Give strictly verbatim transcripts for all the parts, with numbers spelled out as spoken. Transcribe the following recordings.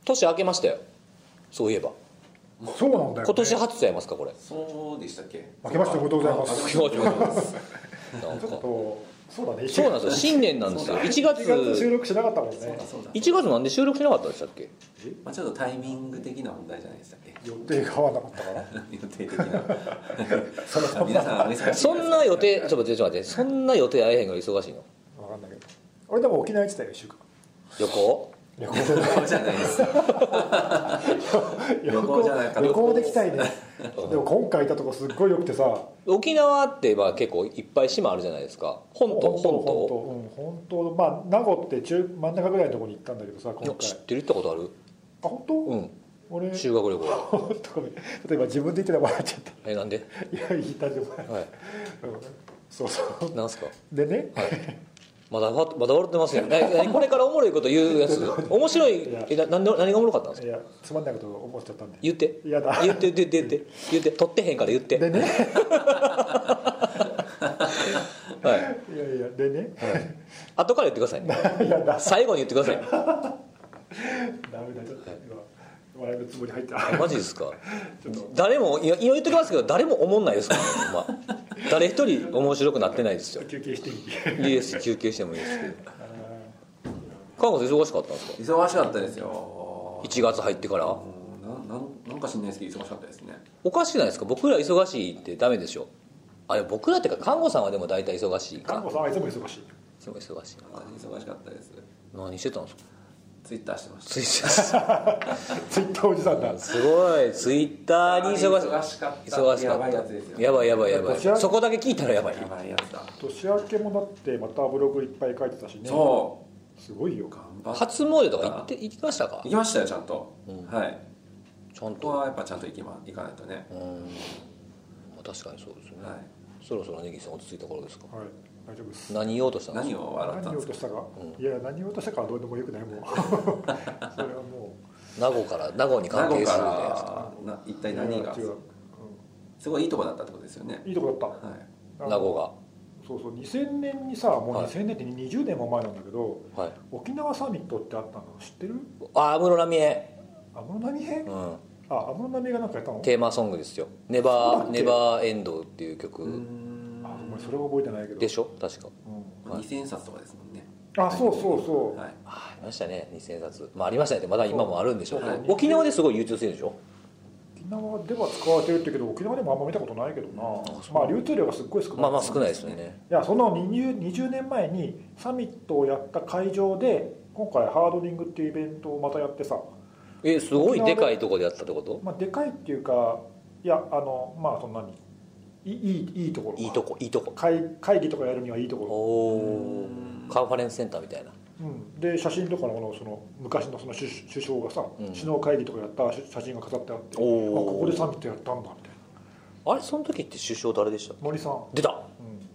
年明けましたよ、そういえば。 そうなんだよ、ね、 今年初ちゃいますかこれ。 そうでしたっけ。 明けましておめでとうございます。 ちょっとそうだね、 そうなんですよ、新年なんですよ。いちがついちがつ収録しなかったもんね。 そうだそうだ。 いちがつなんで収録しなかったんでしたっけ。 まあちょっとタイミング的な問題じゃないでしたっけ。 予定が合わなかったから予定的な皆さんお忙しい。 そんな予定、ちょっと待ってちょっと待って、そんな予定合えへんが忙しいの。 分かんないけど、俺でも沖縄行ってたよいっしゅうかん。 旅行旅行旅行じゃないです旅行じゃなかった。 旅行できたいねでも今回行ったとこすっごい良くてさ、 沖縄ってまあ結構いっぱい島あるじゃないですか。本島本島本島本当、うん、本当、まあ名護って中真ん中ぐらいのところに行ったんだけどさ、今回。 知ってる、行ったことある。 あ、本当？ うん俺修学旅行。 本当ごめん、例えば自分で言ってたら笑っちゃった。 え、なんで。 いやいい大丈夫、 はい、 うん、そうそうなんすか。 でね、 はい、まだまだ笑ってますよね。これからおもろいこと言うやつ面白い。えな何何がおもろかったんですか。 いやつまんないこと思っちゃったんで言ってやだ言って言って言って言って取ってへんから言ってでねはい、 いやいやでね、 はい、後から言ってくださいねいやだ最後に言ってくださいダメだ、ちょっと今笑いのつもり入った。 マジですか。誰も今言っときますけど誰も思んないですからね、まあ、誰一人面白くなってないですよ。 休憩していい？ いいです、休憩してもいいですけど。韓国忙しかったんですか。 忙しかったですよ。 いちがつ入ってから。 な, な, なんか知んないですけど忙しかったですね。 おかしくないですか。僕ら忙しいってダメでしょ。あれ僕らっていうか看護さんはでも大体忙しいか。 看護さんはいつも忙しい。 いつも忙しい。 忙しかったです。 何してたんですか。 ツイッターしてました。 ツイッターツイッターおじさんだ。 すごい、ツイッターに忙し忙しかった。 忙しかった。 やばいやつですよ。 やばいやばいやばい。そこだけ聞いたらやばい。 やばいやつだ。 年明けもだってまたブログいっぱい書いてたしね。 そう。 すごいよ。 初詣とか行って行きましたか。 行きましたよちゃんと。うん、はい。 ちゃんと。 ここはやっぱちゃんと行きま行かないとね。 うん。確かにそうですね。はい。そろそろネギさん落ち着いた頃ですか。 はい。大丈夫です。 何言おうとしたんですか。 何を笑ったんですか。 何言おうとしたか、うん、いや何言おうとしたかはどうでもよくないもうそれはもう名護から名護に関係するね。一体何が、うん、すごいいいとこだったってことですよね。 いいとこだった、 はい、名護がそうそうにせんねんにさ、もうにせんねんってにじゅうねんも前なんだけど、はい、沖縄サミットってあったの知ってる？ あ、安室奈美恵。 安室奈美恵、うん、あ、安室奈美恵が何かやったの？ テーマソングですよ。ネバーネバーエンドっていう曲。うーん、あ、お前それは覚えてないけど。 でしょ確か、 うん、はい、にせんさつとかですもんね。 あ、そうそうそう、 はい、ありましたね、にせんさつ。まあありましたねって、まだ今もあるんでしょう、はい、沖縄ですごい流通してるでしょ。 沖縄では使われてるってけど沖縄でもあんま見たことないけどな、まあ流通量がすっごい少ない。 まあまあ少ないですよね。 いや、そのにじゅう、にじゅうねんまえにサミットをやった会場で今回ハードリングっていうイベントをまたやってさ。 え、すごいでかいところでやったってこと？ まあ、でかいっていうか、いや、あのまあそんなにいいいいところ、 いいとこいいとこ会会議とかやるにはいいところ。 おー、カンファレンスセンターみたいな。 うん、で写真とかのこのその昔のその首首相がさ、うん、首脳会議とかやった写真が飾ってあって、あ、ここでサミットやったんだみたいな。あれ、その時って首相誰でした？ 森さん。 出た、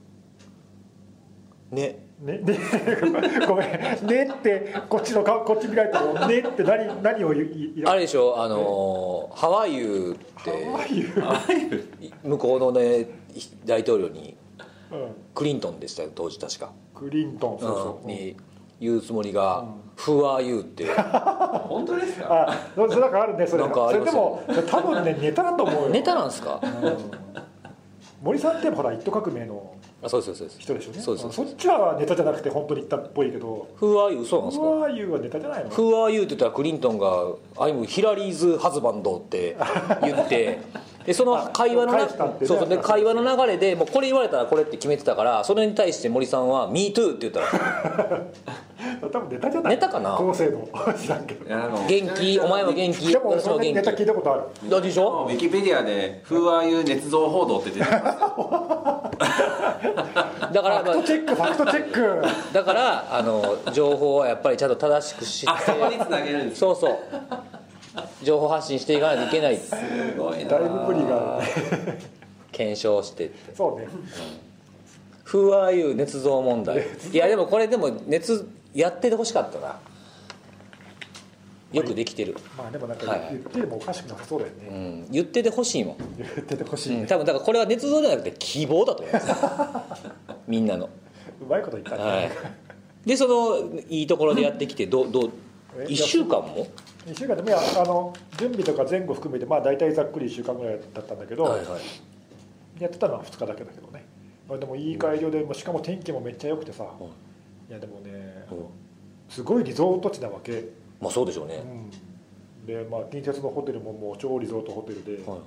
うん、ねねねごめん、ねってこっちのこっち見られたらねって何何を言いあれでしょ、あのー、ハワイユってハワイユ向こうのね大統領に、うん、クリントンでしたよ当時確か。 クリントン、そうそう、 うん、に言うつもりが、うん、Who are you って本当ですか？ あ、それなんかあるね、それ。なんかありますよ。それでも多分ねネタだと思うよ。 ネタなんですか？うん、 森さんってほら一斗革命の人でしょうね。そうです。そっちはネタじゃなくて本当に言ったっぽいけど。 Who are you そうなんですか？ Who are you はネタじゃないの？ Who are you って言ったらクリントンが I'm ヒラリーズハズバンドって言ってでその会話のな、ね、そうそうで会話の流れでもうこれ言われたらこれって決めてたから、それに対して森さんは Me too って言ったら多分ネタじゃない。 ネタかな。 高性能知らんけど。 元気、お前は元気。 でもそのネタ聞いたことある。 どうでしょ？ ウィキペディアで Who are you 捏造報道って出てます。 だからファクトチェック、ファクトチェック。 だからあの情報はやっぱりちゃんと正しく知って、 あそこにつなげるんです。 そうそう。情報発信していかないといけない。すごいな。 だいぶ無理があるね。 検証してって。 そうね。 Who are you 捏造問題。いやでもこれでも熱やっててほしかったな。よくできてる。 まあでもなんか言ってでもおかしくなさそうだよね。 うん、言っててほしいもん。 言っててほしい、ね。 うん、多分だからこれは捏造じゃなくて希望だと思います。みんなの。 うまいこと言ったね。 はい。でそのいいところでやってきてどうどういっしゅうかんも。 いっしゅうかんでもいやあの準備とか前後含めてまあ大体ざっくりいっしゅうかんぐらいだったんだけど、 はいはい、 やってたのはふつかだけだけどね。でもいい会場で、しかも天気もめっちゃ良くてさ、 うん、 いやでもね、 うん、 すごいリゾート地なわけ。 まあそうでしょうね、 うん、でまあ近接のホテルももう超リゾートホテルで、はいはい、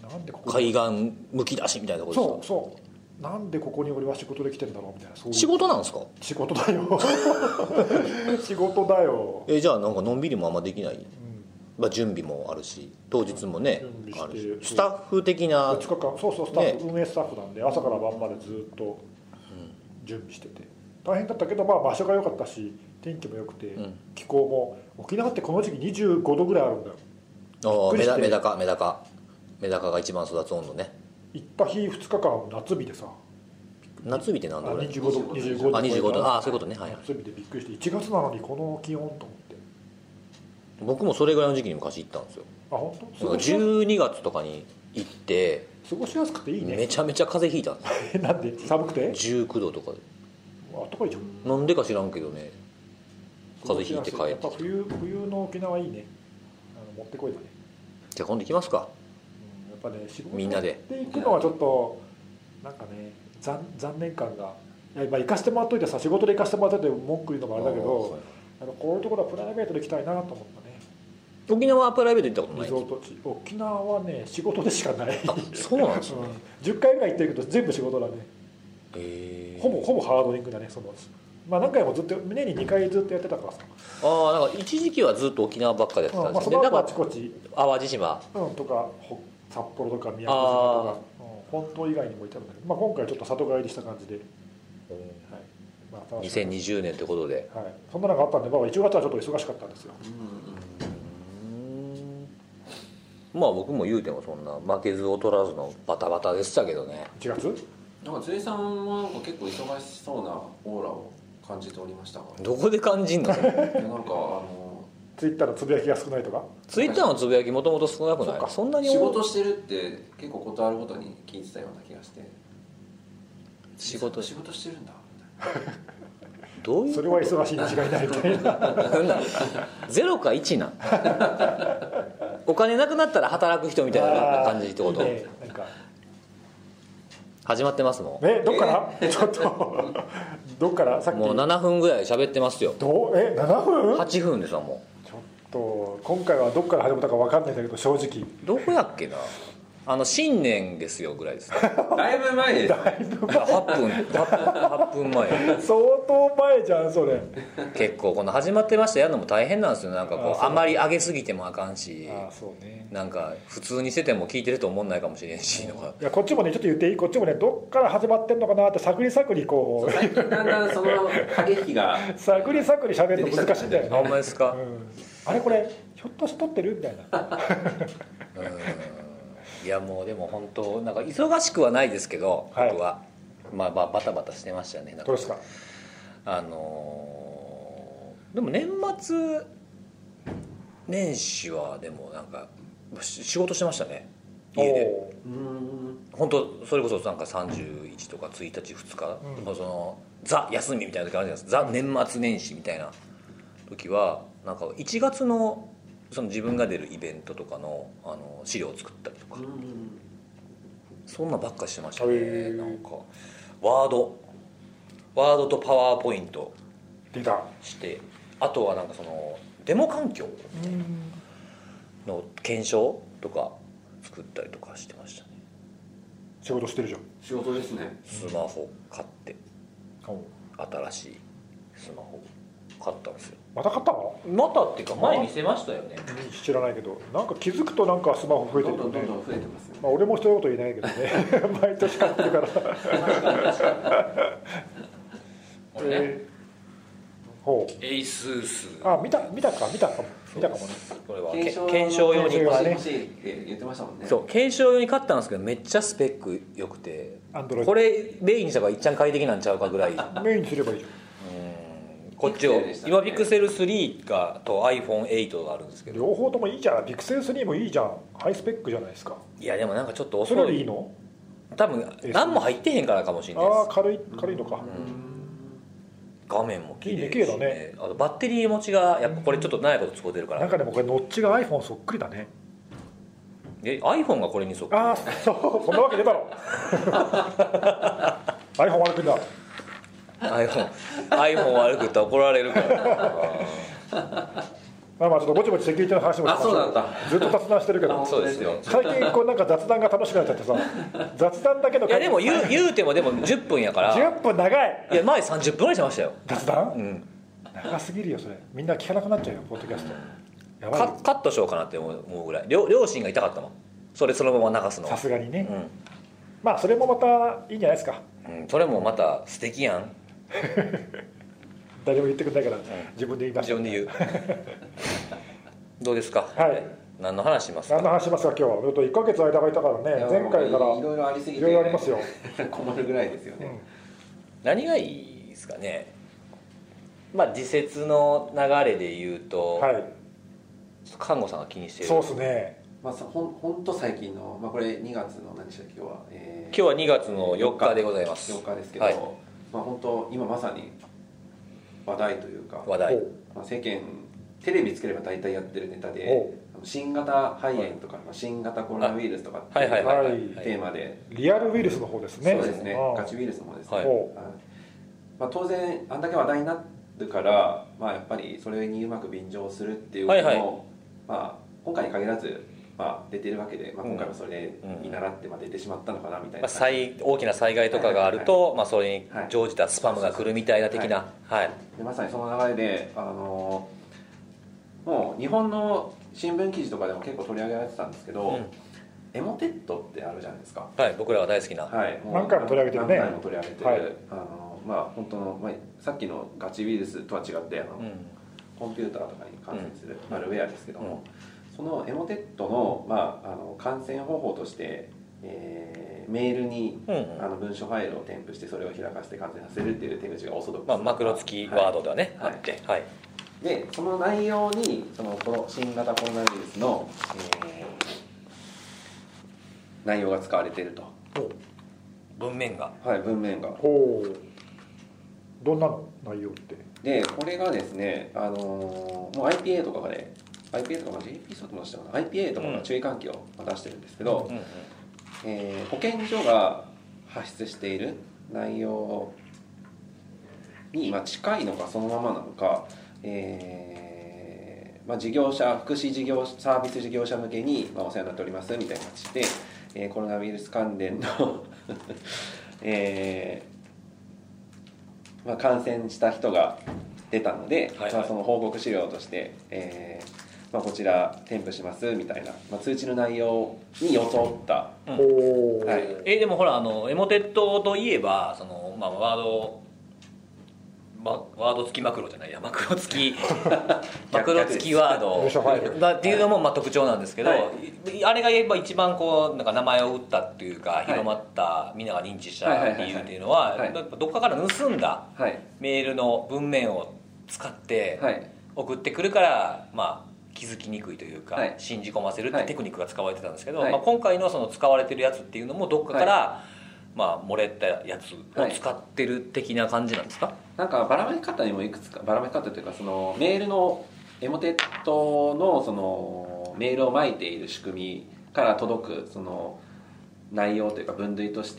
なんでここ海岸むき出しみたいなところですか。そうそうなんでここに俺は仕事で来てんだろうみたいな。そういう仕事なんですか。 仕事だよ仕事だよ。 えじゃあなんかのんびりもあんまできない、うん、まあ、準備もあるし当日もね、うん、あるしスタッフ的なふつかかんそうそうスタッフ、ね、運営スタッフなんで朝から晩までずっと準備してて大変だったけど、まあ、場所が良かったし天気も良くて、うん、気候も沖縄ってこの時期にじゅうごどぐらいあるんだよ。 ああメダメダカメダカメダカが一番育つ温度ね。 行った日ふつかかん夏日でさ。 夏日って何度ぐらい。 にじゅうごどにじゅうごどあにじゅうごどああそういうことね、はい、 夏日でびっくりしていちがつなのにこの気温と思って僕もそれぐらいの時期に昔行ったんですよ。 あ本当。 じゅうにがつとかに行って過ごしやすくていいね。 めちゃめちゃ風邪ひいたんですよなんで寒くてじゅうきゅうどとかで。 あったかいじゃん。 なんでか知らんけどね風邪ひいて帰ってきた。 やっぱ冬冬の沖縄いいね。あの持ってこいだね。 じゃあ今度行きますか、 うん、やっぱね仕事みんなで行くのはちょっとなんかね 残, 残念感がいや今行かせてもらっといてさ仕事で行かせてもらっといて文句言うのもあれだけど、はい、あのこういうところはプライベートで行きたいなと思ったね。 沖縄はプライベート行ったことない。 リゾート地沖縄はね仕事でしかない。 あそうなんですね、うん、 じゅっかいぐらい行ってるけど全部仕事だね。 へーほぼほぼハードリングだねその。まあ何回もずっと年ににかいずっとやってたからさ。 ああなんか一時期はずっと沖縄ばっかでやってたんですね、うんまあ、 その後あちこち淡路島、 うん、とか札幌とか宮古島とか、うん、本島以外にもいたんだけど、まあ、今回ちょっと里帰りした感じで、はいまあ、 にせんにじゅうねんということで、 はい、そんなのがあったんで、まあ、いちがつはちょっと忙しかったんですよ。 うんまあ僕も言うてもそんな負けず劣らずのバタバタでしたけどね。 いちがつなんか辻さんはなんか結構忙しそうなオーラを感じておりましたが。 どこで感じんのそれなんかあのツイッターのつぶやきが少ないとか。 ツイッターのつぶやきもともと少なくない。 そ, そんなに仕事してるって結構ことあるごとに聞いてたような気がして。 仕事仕事してるんだどういうそれは忙しいに違いないみたいなゼロかいちなお金なくなったら働く人みたいな感じってこと。いいね、なんか始まってますもん。 えどっから、えー、ちょっとどっからさっきもうななふんぐらい喋ってますよ。 どうえななふん ?はち分ですわもうちょっと今回はどっから始まったか分かんないんだけど正直どこやっけなあの新年ですよぐらいです、ね、 だいぶ前です。 だいぶ前はっぷんはっぷんまえ相当前じゃんそれ。 結構この始まってましたやるのも大変なんですよ。なんかこう あ, あまり上げすぎてもあかんしあそう、ね、 なんか普通にしてても聞いてると思んないかもしれんしのがいやこっちもねちょっと言っていいこっちもねどっから始まってんのかなって探り探りこう最近だんだんその駆け引きが探り探り喋るの難しいんだよね。 ほんまですか、 うん、あれこれひょっとして撮ってるみたいなうんいやもうでも本当なんか忙しくはないですけど、はい、僕はまあまあバタバタしてましたね。なんかどうですか。 あのー、でも年末年始はでもなんか仕事してましたね家で。うん本当それこそなんかさんじゅういちとかついたちふつか、うん、そのザ休みみたいな時あるじゃないですか。ザ年末年始みたいな時はなんかいちがつのその自分が出るイベントとか の, あの資料を作ったりとか、うん、そんなばっかしてましたね。なんかワードワードとパワーポイントしてあとはなんかそのデモ環境の検証とか作ったりとかしてましたね。 仕事してるじゃん。 仕事ですね。 スマホ買って新しいスマホ買ったんですよ。 また買ったの？ またっていうか前見せましたよね。 知らないけどなんか気づくとなんかスマホ増えてるよね。 どんどんどんどん増えてますよ、ね。 まあ俺も一言言えないけどね毎年買ってるから俺ね、えー、ほうエイスースあ見た見たか見たかも見たかもね。 これは検証用に欲しい欲しいって言ってましたもんね。 そう検証用に買ったんですけどめっちゃスペック良くてこれメインにしたらいっちゃん快適なんちゃうかぐらいメインにすればいいじゃん。 こっちを今ピクセルスリーがと アイフォンエイト があるんですけど両方ともいいじゃん。ピクセルスリーもいいじゃん。ハイスペックじゃないですか。 いやでもなんかちょっと遅い。 それでいいの？ 多分何も入ってへんからかもしれないです。 ああ軽い軽いのか。 画面も綺麗いいね綺麗だね。 あとバッテリー持ちがやっぱこれちょっと長いこと使ってるから、 なんかでもこれノッチが iPhone そっくりだね。 え iPhone がこれにそっくり。 ああそうそんなわけねえだろiPhone 悪くんだ iPhone, iPhone 悪く言ったら怒られるからまあまあちょっとぼちぼちセキュリティの話もしましょう。 あそうなんだずっと雑談してるけどそうですよ。 最近こうなんか雑談が楽しくなっちゃってさ雑談だけのいやでも言う、言うてもでもじゅっぷんやからじゅっぷん長い。 いや前さんじゅっぷんぐらいしましたよ。 雑談、 うん、 長すぎるよそれ。みんな聞かなくなっちゃうよポッドキャスト。やばいカよカットしようかなって思う思うぐらい 両, 両親が痛かったもんそれそのまま流すの。 さすがにね、 うんまあそれもまたいいんじゃないですか。 うん、それもまた素敵やん。 誰も言ってくれないから、うん、自分で言い出して自分で言うどうですか。 はい何の話しますか。 何の話しますか今日は。いっかげつ間が空いたからね。前回からいろいろありすぎていろいろありますよ困るぐらいですよね、うん、 何がいいですかね。まあ時節の流れで言うと、はい、看護さんが気にしてる。 そうですね。 まあ、ほんほんと最近の、まあ、これにがつの何でしたっけ今日は、えー、 今日はにがつのよっかでございます。 よっかですけど、はい、まあ本当今まさに話題というか話題、 まあ、世間テレビつければ大体やってるネタで新型肺炎とか、はい、新型コロナウイルスとかっていうテーマでリアルウイルスの方ですね。 そうですねガチウイルスの方ですね、はいまあ、当然あんだけ話題になるから、まあ、やっぱりそれにうまく便乗するっていうことも、はいはいまあ、今回に限らずまあ、出てるわけで、まあ、今回はそれに倣ってまあ出てしまったのかなみたいな、まあ、 災大きな災害とかがあると、はいはいはいまあ、それに乗じたスパムが来るみたいな的な、はい、 でまさにその流れで、あのー、もう日本の新聞記事とかでも結構取り上げられてたんですけど、うん、エモテットってあるじゃないですか。 はい、僕らが大好きな、 はい、もう何回も取り上げてるね。 何回も取り上げてる、はい、あのー、まあ本当の、まあ、さっきのガチウイルスとは違ってあの、うん、コンピューターとかに感染するマルウェアですけども、うんそのエモテットの、まあ、あの感染方法として、えー、メールに、うんうん、あの文書ファイルを添付してそれを開かせて感染させるっていう手口がオーソドックス、 まあ、マクロ付きワードではね、 はい、 あって、はい、 でその内容にそのこの新型コロナウイルスの、えー、内容が使われていると。 文面がはい文面がほうどんな内容ってでこれがですね、あのー、もう アイピーエー とかでアイピーエー とか ジェーピー ソフトも出したかな アイピーエー とかが注意喚起を出してるんですけど、うんうんうんえー、保健所が発出している内容に、まあ、近いのかそのままなのか、えーまあ、事業者福祉事業サービス事業者向けに、まあ、お世話になっておりますみたいな形で、えー、コロナウイルス関連の、えーまあ、感染した人が出たので、はいはいまあ、その報告資料として、えーまあ、こちら添付しますみたいな、まあ、通知の内容に装った、 うんはい、えでもほらあのエモテットといえばその、まあ、ワードワード付きマクロじゃないやマクロ付きマクロ付きワードだっていうのもまあ特徴なんですけど、はい、あれが言えば一番こうなんか名前を打ったっていうか、はい、広まったみんなが認知した理由っていうのは、はいはいはいはい、どっかから盗んだメールの文面を使って送ってくるからまあ気づきにくいというか、はい、信じ込ませるってテクニックが使われてたんですけど、はいまあ、今回のその使われてるやつっていうのもどっかから、はいまあ、漏れたやつを使ってる的な感じなんですか。 なんかばらまき方にもいくつかばらまき方というかそのメールのエモテットのそのメールをまいている仕組みから届くその内容というか分類として、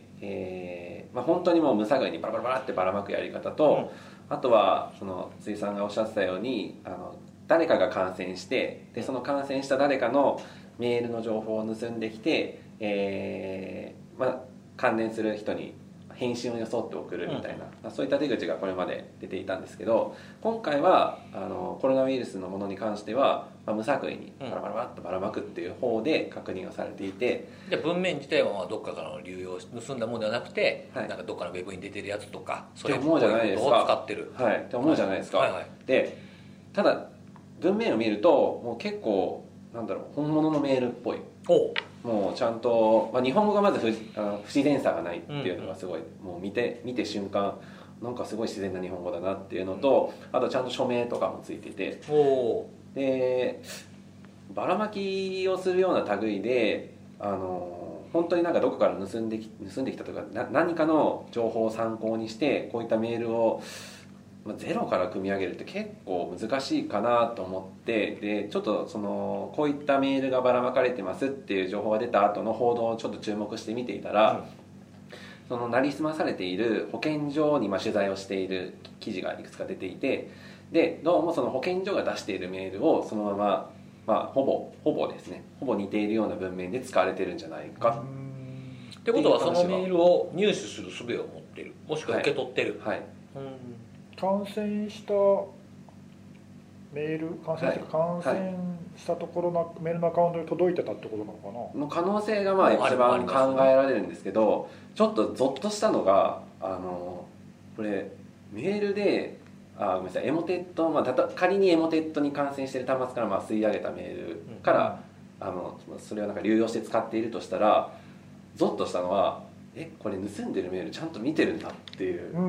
えーまあ、本当にもう無作為にバラバラバラってばらまくやり方と、うん、あとはその辻さんがおっしゃってたようにあの誰かが感染してでその感染した誰かのメールの情報を盗んできて、えーまあ、関連する人に返信を装って送るみたいな、うん、そういった手口がこれまで出ていたんですけど今回はあのコロナウイルスのものに関しては、まあ、無作為にバラバラバラっとばらまくっていう方で確認がされていて、 うん、じゃあ文面自体はまあどっかからの流用盗んだものではなくて、はい、なんかどっかのウェブに出てるやつとかそれっぽいことを使ってるはいって思うじゃないですか、はいはいはい、でただ文面を見るともう結構なんだろう本物のメールっぽいもうちゃんと、まあ、日本語がまず不あの不自然さがないっていうのがすごい、うん、もう見て見て瞬間なんかすごい自然な日本語だなっていうのと、うん、あとちゃんと署名とかもついててでばらまきをするような類であの本当になんかどこから盗んでき盗んできたとかな何かの情報を参考にしてこういったメールをまあ、ゼロから組み上げるって結構難しいかなと思って、でちょっとそのこういったメールがばらまかれてますっていう情報が出た後の報道をちょっと注目して見ていたら、うん、そのなりすまされている保健所にまあ取材をしている記事がいくつか出ていて、でどうもその保健所が出しているメールをそのまま、まあ、ほぼほぼですねほぼ似ているような文面で使われてるんじゃないかってことは、そのメールを入手する術を持っている、もしくは受け取ってる、 はい、はい、 感染したメール感染した、はい、感染したところのメールのアカウントに届いてたってことなのかなの可能性がまあ一番考えられるんですけど、ちょっとゾッとしたのがあのこれメールであごめんなさいエモテット、まあ、たた仮にエモテットに感染している端末からまあ吸い上げたメールから、うん、あのそれをなんか流用して使っているとしたら、ゾッとしたのはえこれ盗んでるメールちゃんと見てるんだっていう、うんうんうん、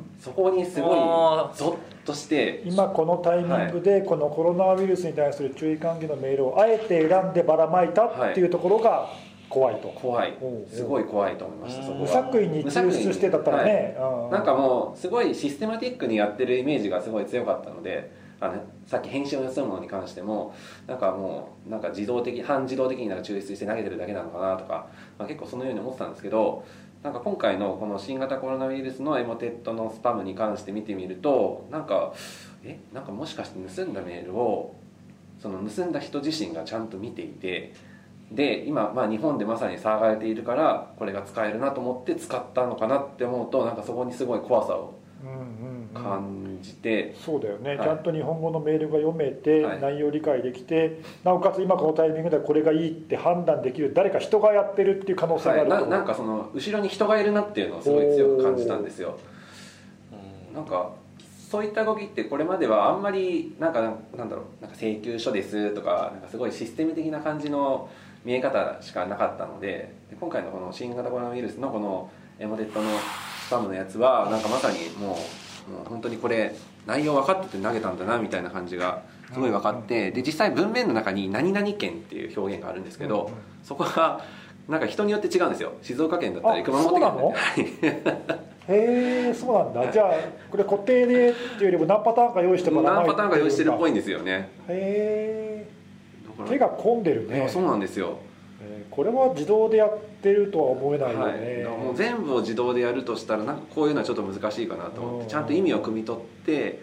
そこにすごいゾッとして、 今このタイミングでこのコロナウイルスに対する注意喚起のメールをあえて選んでばらまいたっていうところが怖いと、はい、 怖いすごい怖いと思いました。そこは無作為に抽出してだったらね、 はい、なんかもうすごいシステマティックにやってるイメージがすごい強かったので、あのさっき返信を盗むものに関してもなんかもうなんか自動的半自動的になんか抽出して投げてるだけなのかなとか、まあ、結構そのように思ってたんですけど、なんか今回のこの新型コロナウイルスのエモテットのスパムに関して見てみると、なんかえなんかもしかして盗んだメールをその盗んだ人自身がちゃんと見ていて、で今、まあ、日本でまさに騒がれているからこれが使えるなと思って使ったのかなって思うと、なんかそこにすごい怖さを感じて、 うんうんうん、そうだよね、はい、ちゃんと日本語のメールが読めて、はい、内容理解できて、なおかつ今このタイミングでこれがいいって判断できる誰か人がやってるっていう可能性があると、 はい、な, なんかその後ろに人がいるなっていうのをすごい強く感じたんですよ。なんかそういった動きってこれまではあんまりなんかなんだろうなんか請求書ですとかなんかすごいシステム的な感じの見え方しかなかったので、今回のこの新型コロナウイルスのこのエモテットのスパムのやつはなんかまさにもう、もう本当にこれ内容分かってて投げたんだなみたいな感じがすごい分かって、で実際文面の中に何々県っていう表現があるんですけど、そこがなんか人によって違うんですよ。静岡県だったり熊本県だったり。 へえ、そうなんだ、はい、じゃあこれ固定でっていうよりも何パターンか用意してもらわない何パターンか用意してるっぽいんですよね。 へえ、手が込んでるね。 そうなんですよ。 えー、これは自動でやってるとは思えないよね、 はい、もう全部を自動でやるとしたらなんかこういうのはちょっと難しいかなと思って、ちゃんと意味を汲み取って、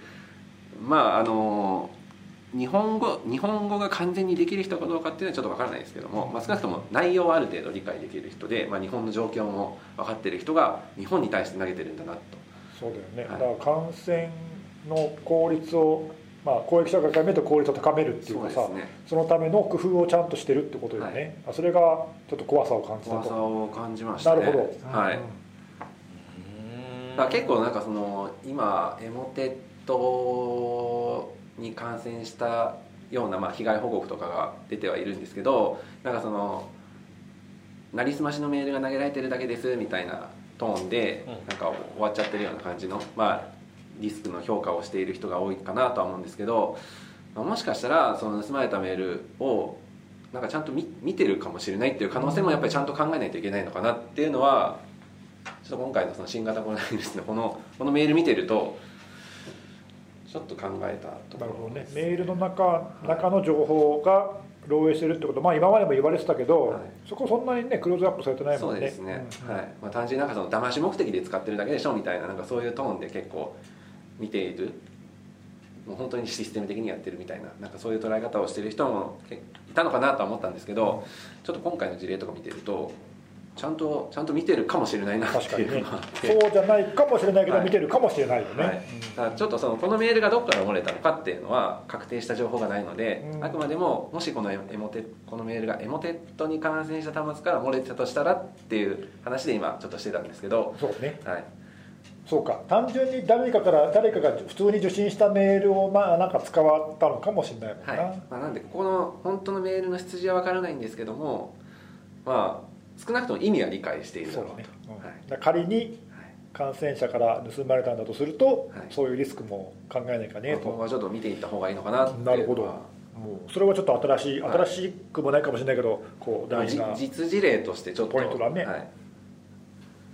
まああの日本語日本語が完全にできる人かどうかっていうのはちょっと分からないですけども、まあ、少なくとも内容はある程度理解できる人で、まあ、日本の状況も分かってる人が日本に対して投げてるんだなと。 そうだよね、はい、だから感染の効率を、まあ、公益社会から見ると効率を高めるっていうかさ、 そ,、ね、そのための工夫をちゃんとしてるってことよね、はい、それがちょっと怖さを感じたと。 怖さを感じましたね。 なるほど、 はい、うん、だから結構なんかその今エモテットに感染したようなまあ被害報告とかが出てはいるんですけど、なんかそのなりすましのメールが投げられてるだけですみたいなトーンでなんか終わっちゃってるような感じの、まあ、リスクの評価をしている人が多いかなとは思うんですけど、もしかしたらその盗まれたメールをなんかちゃんと 見, 見てるかもしれないっていう可能性もやっぱりちゃんと考えないといけないのかなっていうのは、ちょっと今回のその新型コロナウイルスのこのこのメール見てるとちょっと考えたところです。なるほどね。 メールの 中, 中の情報が漏洩してるってこと、まあ今までも言われてたけど、はい、そこそんなにねクローズアップされてないもんね。 そうですね、うん、はい、まあ、単純になんかその騙し目的で使ってるだけでしょみたいな、なんかそういうトーンで結構見ている、もう本当にシステム的にやってるみたいな、なんかそういう捉え方をしてる人もいたのかなとは思ったんですけど、ちょっと今回の事例とか見てるとちゃんとちゃんと見てるかもしれないなっていうのがあって、 ね、そうじゃないかもしれないけど、はい、見てるかもしれないよね、 はい、だからちょっとそのこのメールがどこから漏れたのかっていうのは確定した情報がないので、うん、あくまでももしこのエモテこのメールがエモテットに感染した端末から漏れてたとしたらっていう話で今ちょっとしてたんですけど、 そうね、 はい、 そうか、単純に誰かから誰かが普通に受信したメールをまあなんか使わったのかもしれないもんな、はい、 まあ、なんでここの本当のメールの出自は分からないんですけども、まあ少なくとも意味は理解しているだろうと。そうね、 うん、はい、仮に感染者から盗まれたんだとすると、はい、そういうリスクも考えないかねと。 ここはちょっと見ていった方がいいのかなっていうのは。 なるほど。もうそれはちょっと新しい、はい、新しくもないかもしれないけど、こう大事な実事例としてちょっとポイントだね。 はい、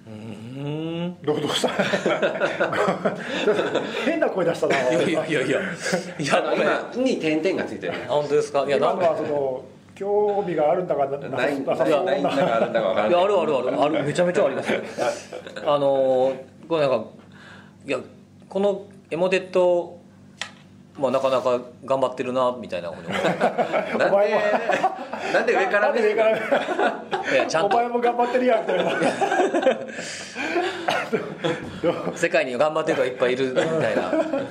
うーんどうどうした変な声出したな。 いやいやいやいやいやこれ今に点々がついてる。 本当ですか。いや今のなんかはその興味があるんだかなないなさないないんだかあるんだか分からない。 いやあるあるあるあるめちゃめちゃありますよあのーこれなんかいやこのエモテットまあなかなか頑張ってるなみたいなふうに思ってなんお前もでなんで上からなんで上からいやちゃんとお前も頑張ってるやんみたいな世界に頑張ってる人がいっぱいいるみたいな、はい、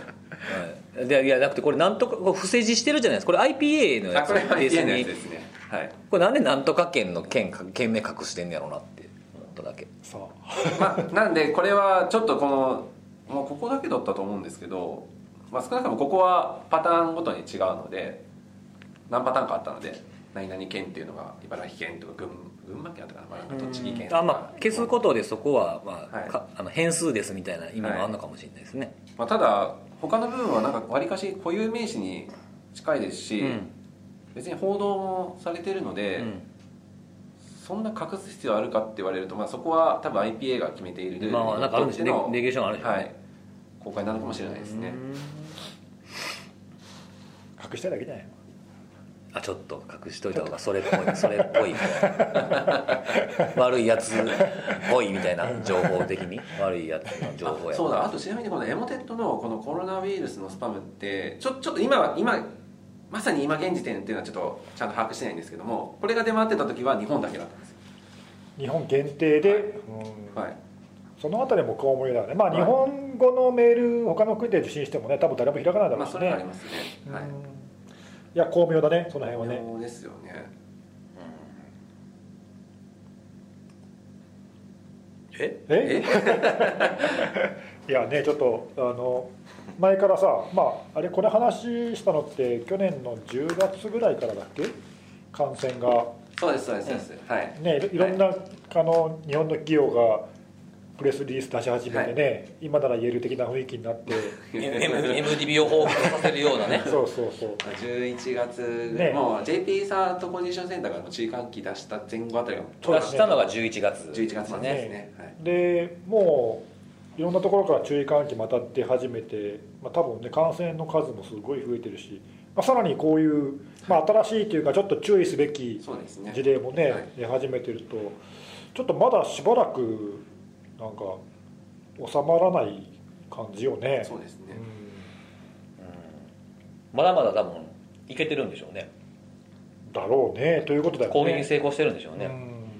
でいやなくてこれなんとかこう不正字してるじゃないですか。これ アイピーエー のやつあこれはベースアイピーエー のやにつですね。はい。 これなんでなんとか県の県県名隠してんねやろうなって思っただけ。 さまあなんでこれはちょっとこのもうここだけだったと思うんですけど、まあ少なくともここはパターンごとに違うので何パターンかあったので。何々県っていうのが茨城県とか 群, 群馬県だったかな、まあ、栃木県とかあまあ消すことでそこは、まあはいかあの変数ですみたいな意味もあるのかもしれないですね、 まあ、ただ他の部分はなんかわりかし固有名詞に近いですし、 うん別に報道もされてるので、 うんそんな隠す必要あるかって言われると、まあ、そこは多分 アイピーエー が決めているルールまあなんかあるんですよねのレギュレーションあるんですよね、 はい、公開なのかもしれないですね。 隠したいだけじゃないの。 あちょっと隠しといた方がそれっぽいそれっぽい悪いやつっぽいみたいな情報的に悪いやつの情報やあそうだ。あとちなみにこのエモテットのこのコロナウイルスのスパムってちょちょっと今は今まさに今現時点っていうのはちょっとちゃんと把握してないんですけども、これが出回ってた時は日本だけだったんですよ。 日本限定で、 はいうんはいそのあたりも顔もだよね。まあ日本語のメール他の国で受信してもね多分誰も開かないだろうしまあそれはありね。 ますね。はい。 うんいや巧妙だねその辺はね。 そうですよね。 ええいやねちょっとあの前からさまああれこれ話したのって去年のじゅうがつぐらいからだっけ感染がそうですそうですそうです。はい。 ねいろんな、あの日本の企業がプレスリリース出し始めてね、はい、今なら言える的な雰囲気になってエムディービー を報告させるようなねそうそうそうじゅういちがつ、 ね、 もう ジェーピー サートコンディションセンターから注意喚起出した前後あたりが出したのがじゅういちがつじゅういちがつですね、 ねはい、でもういろんなところから注意喚起また出始めて、まあ、多分ね感染の数もすごい増えてるし、まあ、さらにこういう、まあ、新しいというかちょっと注意すべき事例もね、はい、出始めてるとちょっとまだしばらくなんか収まらない感じよね。 そうですね、 うん、まだまだ多分いけてるんでしょうね。 だろうねということだよね。 攻撃に成功してるんでしょうね。 うん、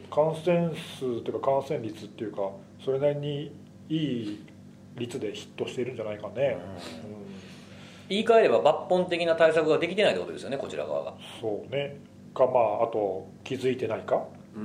感染数というか感染率っていうかそれなりにいい率でヒットしているんじゃないかね、うんうん、 言い換えれば抜本的な対策ができてないってことですよねこちら側が。 そうねかまああと気づいてないか、うん、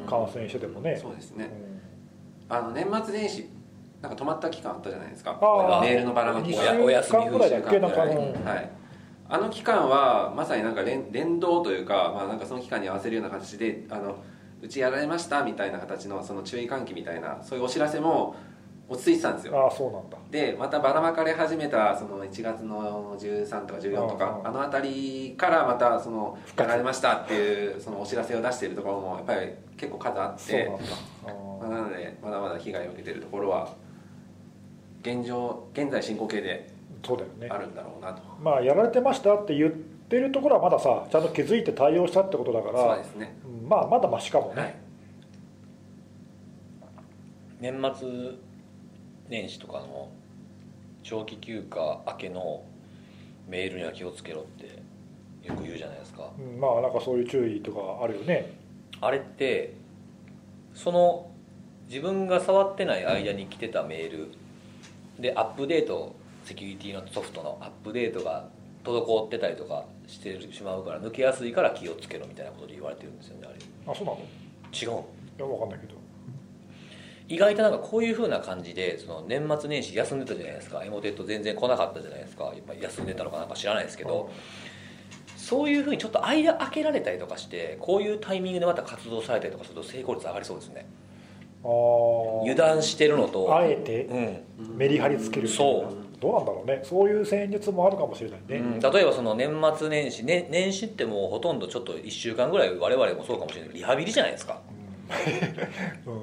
感染しててもね。 そうですね、うん、あの年末年始なんか止まった期間あったじゃないですか。 あメールのばらまきがお休みぐらいだっけなんか、うんはい、あの期間はまさになんか 連, 連動というか、まあ、なんかその期間に合わせるような形であのうちやられましたみたいな形のその注意喚起みたいなそういうお知らせも落ち着いてたんですよ。 ああそうなんだ。 でまたばらまかれ始めたそのいちがつのじゅうさんとかじゅうよんとか あ, あの辺りからまたそのやられましたっていうそのお知らせを出しているところもやっぱり結構数あって、そうなんだ。まあ、なのでまだまだ被害を受けているところは現状現在進行形であるんだろうなと。 まあやられてましたって言ってるところはまださちゃんと気づいて対応したってことだからそうですね、 うん、まあまだマシかもね、はい、 年末年始とかの長期休暇明けのメールには気をつけろってよく言うじゃないですか、 うん、まあなんかそういう注意とかあるよね。 あれってその自分が触ってない間に来てたメールでアップデートセキュリティのソフトのアップデートが滞ってたりとかしてしまうから抜けやすいから気をつけろみたいなことで言われてるんですよね。あれあそうなの？ 違う。 いや分かんないけど意外となんかこういう風な感じでその年末年始休んでたじゃないですか。エモテット全然来なかったじゃないですか。やっぱり休んでたのかなんか知らないですけど、そういう風にちょっと間開けられたりとかしてこういうタイミングでまた活動されたりとかすると成功率上がりそうですね。あ油断してるのとあえて、うん、メリハリつける。 そうどうなんだろうね。そういう戦術もあるかもしれないね、 うん、例えばその年末年始、ね、年始ってもうほとんどちょっといっしゅうかんぐらい我々もそうかもしれないけどリハビリじゃないですか、 うんうん、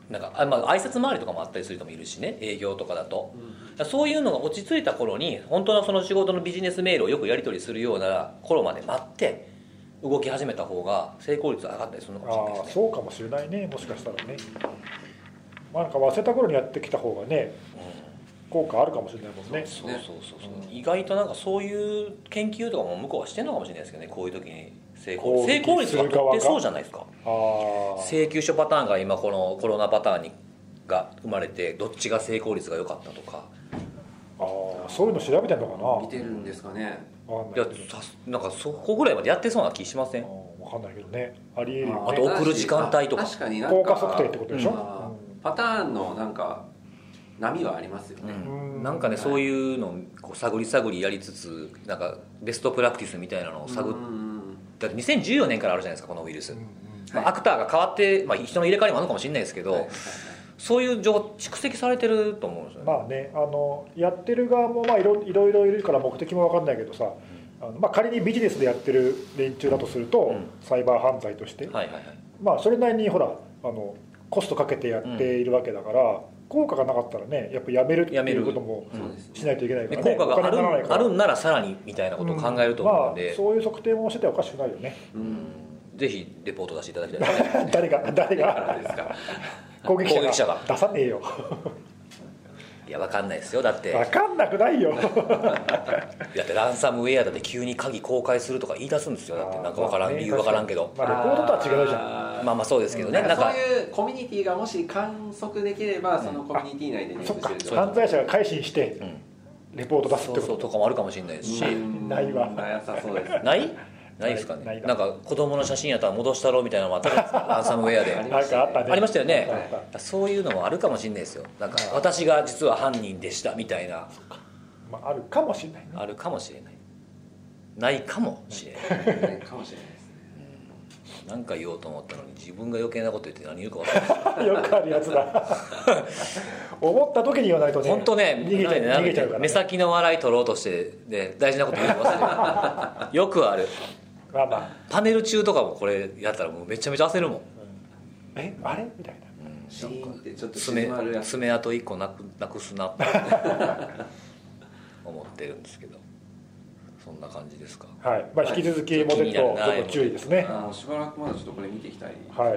なんかあ、まあ、挨拶回りとかもあったりする人もいるしね、営業とかだと、うん、そういうのが落ち着いた頃に本当のその仕事のビジネスメールをよくやり取りするような頃まで待って動き始めた方が成功率上がったりするのかもしれないですね。 あ、そうかもしれないね、もしかしたらね。まあ、なんか忘れた頃にやってきた方がね、うん、効果あるかもしれないもんね。 そうそうそうそう、うん、意外となんかそういう研究とかも向こうはしてるのかもしれないですけどね、こういう時に成功成功率が取ってそうじゃないですか。あ、請求書パターンが今このコロナパターンにが生まれてどっちが成功率が良かったとか、 あ、そういうの調べてんのかな。 見てるんですかね。 いや、なんかそこぐらいまでやってそうな気しません？ 分かんないけどね、ありえるよね。 あと送る時間帯とか、 確かになんか効果測定ってことでしょ、うんうん、パターンのなんか波はありますよね、 うん、なんかね、はい、そういうのをこう探り探りやりつつ、なんかベストプラクティスみたいなのを探って、だってにせんじゅうよねんからあるじゃないですか、このウイルス、うんうん、まあ、アクターが変わって、まあ、人の入れ替わりもあるのかもしれないですけど、はいはいはい、そういう情報蓄積されてると思うんですよね。 まあね、あのやってる側もまあいろいろいろいるから目的も分かんないけどさ、あのまあ、仮にビジネスでやってる連中だとすると、うん、サイバー犯罪として、はいはいはい、まあ、それなりにほらあのコストかけてやっているわけだから、うん、効果がなかったらね、やっぱやめるっていうこともしないといけないからね、 効果がある、あるんならさらにみたいなことを考えると思うんで、うん、まあ、 そういう測定もしてておかしくないよね、 うん、ぜひレポート出していただきたいですね。 誰が誰がですか攻撃者が出さねえよいや、分かんないですよ、だって分かんなくないよだってランサムウェアだって急に鍵公開するとか言い出すんですよ。だってなんか分からん、まあね、理由分からんけど、 まあ、レポートとは違うじゃん。 まあまあそうですけどね、 うん、なんかそういうコミュニティがもし観測できれば、そのコミュニティ内でね、そっか、犯罪者が改心してレポート出すってこと、 そうそうとかもあるかもしれないですし、 ないわ、 なさそうです。 ないないですかね。なんか子供の写真やったら戻したろみたいなのもあったじゃないですか、ランサムウェアでなんかあったね、 ありましたよね。そういうのもあるかもしれないですよ。なんか私が実は犯人でしたみたいな、 まあ、あるかもしれない、ね、 あるかもしれない、ないかもしれない、 ないかもしれないですね。 うん、なんか言おうと思ったのに自分が余計なこと言って何言うか分からないよくあるやつだ思った時に言わないとね、 本当ね、 逃げちゃう、逃げちゃうからね、 目先の笑い取ろうとして、ね、大事なこと言うの忘れてるよくある。まあまあ、パネル中とかもこれやったらもうめちゃめちゃ焦るもん、うん、 えあれみたいな、 うん、シーンってちょっと爪爪痕いっこなくなくすなって思ってるんですけど、そんな感じですか。 はい、まあ、引き続きモテットちょっと注意ですね。 あしばらくまだちょっとこれ見ていきたいですね、はいはい、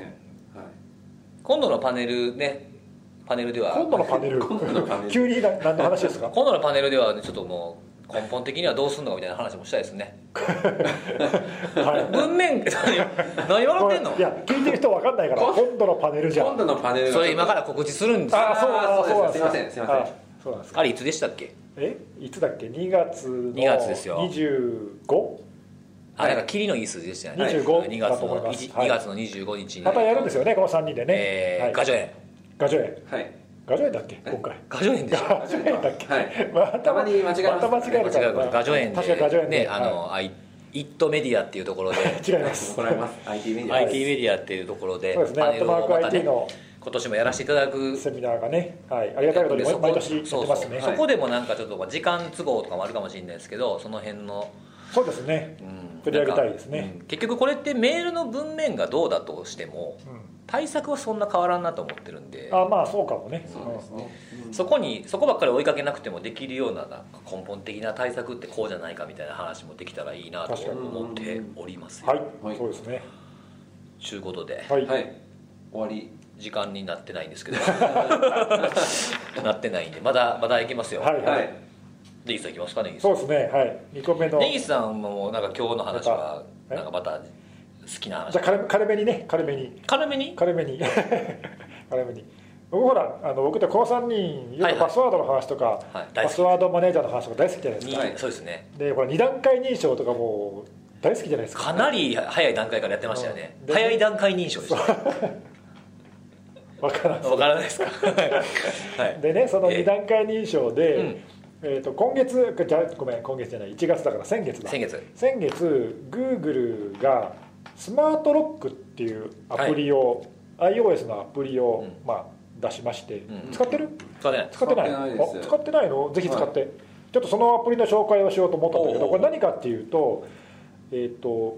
今度のパネルね、パネルでは今度のパネル急に何の話ですか。 今度のパネルでは、ね、ちょっともう根本的にはどうすんのかみたいな話もしたいですねはい、文面何笑ってんの。 いや、聞いてる人分かんないから、今度のパネルじゃん。 今度のパネルそれ今から告知するんですよ。 ああ、そうなんです、 すいませんすいません、 そうなんですか。 あれいつでしたっけ。 えいつだっけ。にがつのにがつですよ。 にじゅうご？ あ、なんかキリのいい数字でしたよね。 にじゅうごにがつのにがつのにじゅうごにちにまたやるんですよね、このさんにんでね。 えーはい、ガジョ園ガジョ園、 はい、 ガジョ園だっけ今回。 ガジョ園でしょ。 ガジョ園だっけ、はい、またまに間違えます、 また間違えるから、 ね、ガジョ園で確かガジョ園で、 ね、あの、はい、イットメディアっていうところで違います、 怒られます。 アイティー メディアアイティー メディアっていうところで、 そうですね、アットマーク アイティー の今年もやらせていただくセミナーがね、はい、ありがたいことに毎年やってますね。 そうそう、そこでもなんかちょっと時間都合とかもあるかもしれないですけど、その辺のそうですね、うん、取り上げたいですね、 うん、結局これってメールの文面がどうだとしても、うん、対策はそんな変わらんなと思ってるんで。 あ、まあそうかもね。 そうですね、 うん、そこにそこばっかり追いかけなくてもできるような、なんか根本的な対策ってこうじゃないかみたいな話もできたらいいなと思っておりますよ。 はい、はい、そうですね。 ということで、 はい、はい、終わり。 時間になってないんですけどなってないんでまだまだいけますよ。 はいはい。 ネギスさんいきますか。ネギスさん。 そうですね、はい。にこめのネギスさんもなんか今日の話はなんかまた好きな話。 じゃあ軽軽めにね、軽めに軽めに軽めに軽めに僕ほら、あの僕ってこのさんにんよくパスワードの話とか、はいはい、パスワードマネージャーの話とか大好きじゃないですか。 はい、そうですね。 でこれに段階認証とかも大好きじゃないですか。 かなり早い段階からやってましたよね、うん、早い段階認証でしたわからないわからないですかはい、 でね、そのに段階認証で、うん、えー、と今月じゃごめん今月じゃないいちがつだから先月だ先月先月 Google がスマートロックっていうアプリを、はい、iOS のアプリを、うん、まあ、出しまして、うん、使ってる？ 使ってない使ってない。あ、使ってないの？ぜひ使って、はい、ちょっとそのアプリの紹介をしようと思ったんだけど、これ何かっていうと、えー、と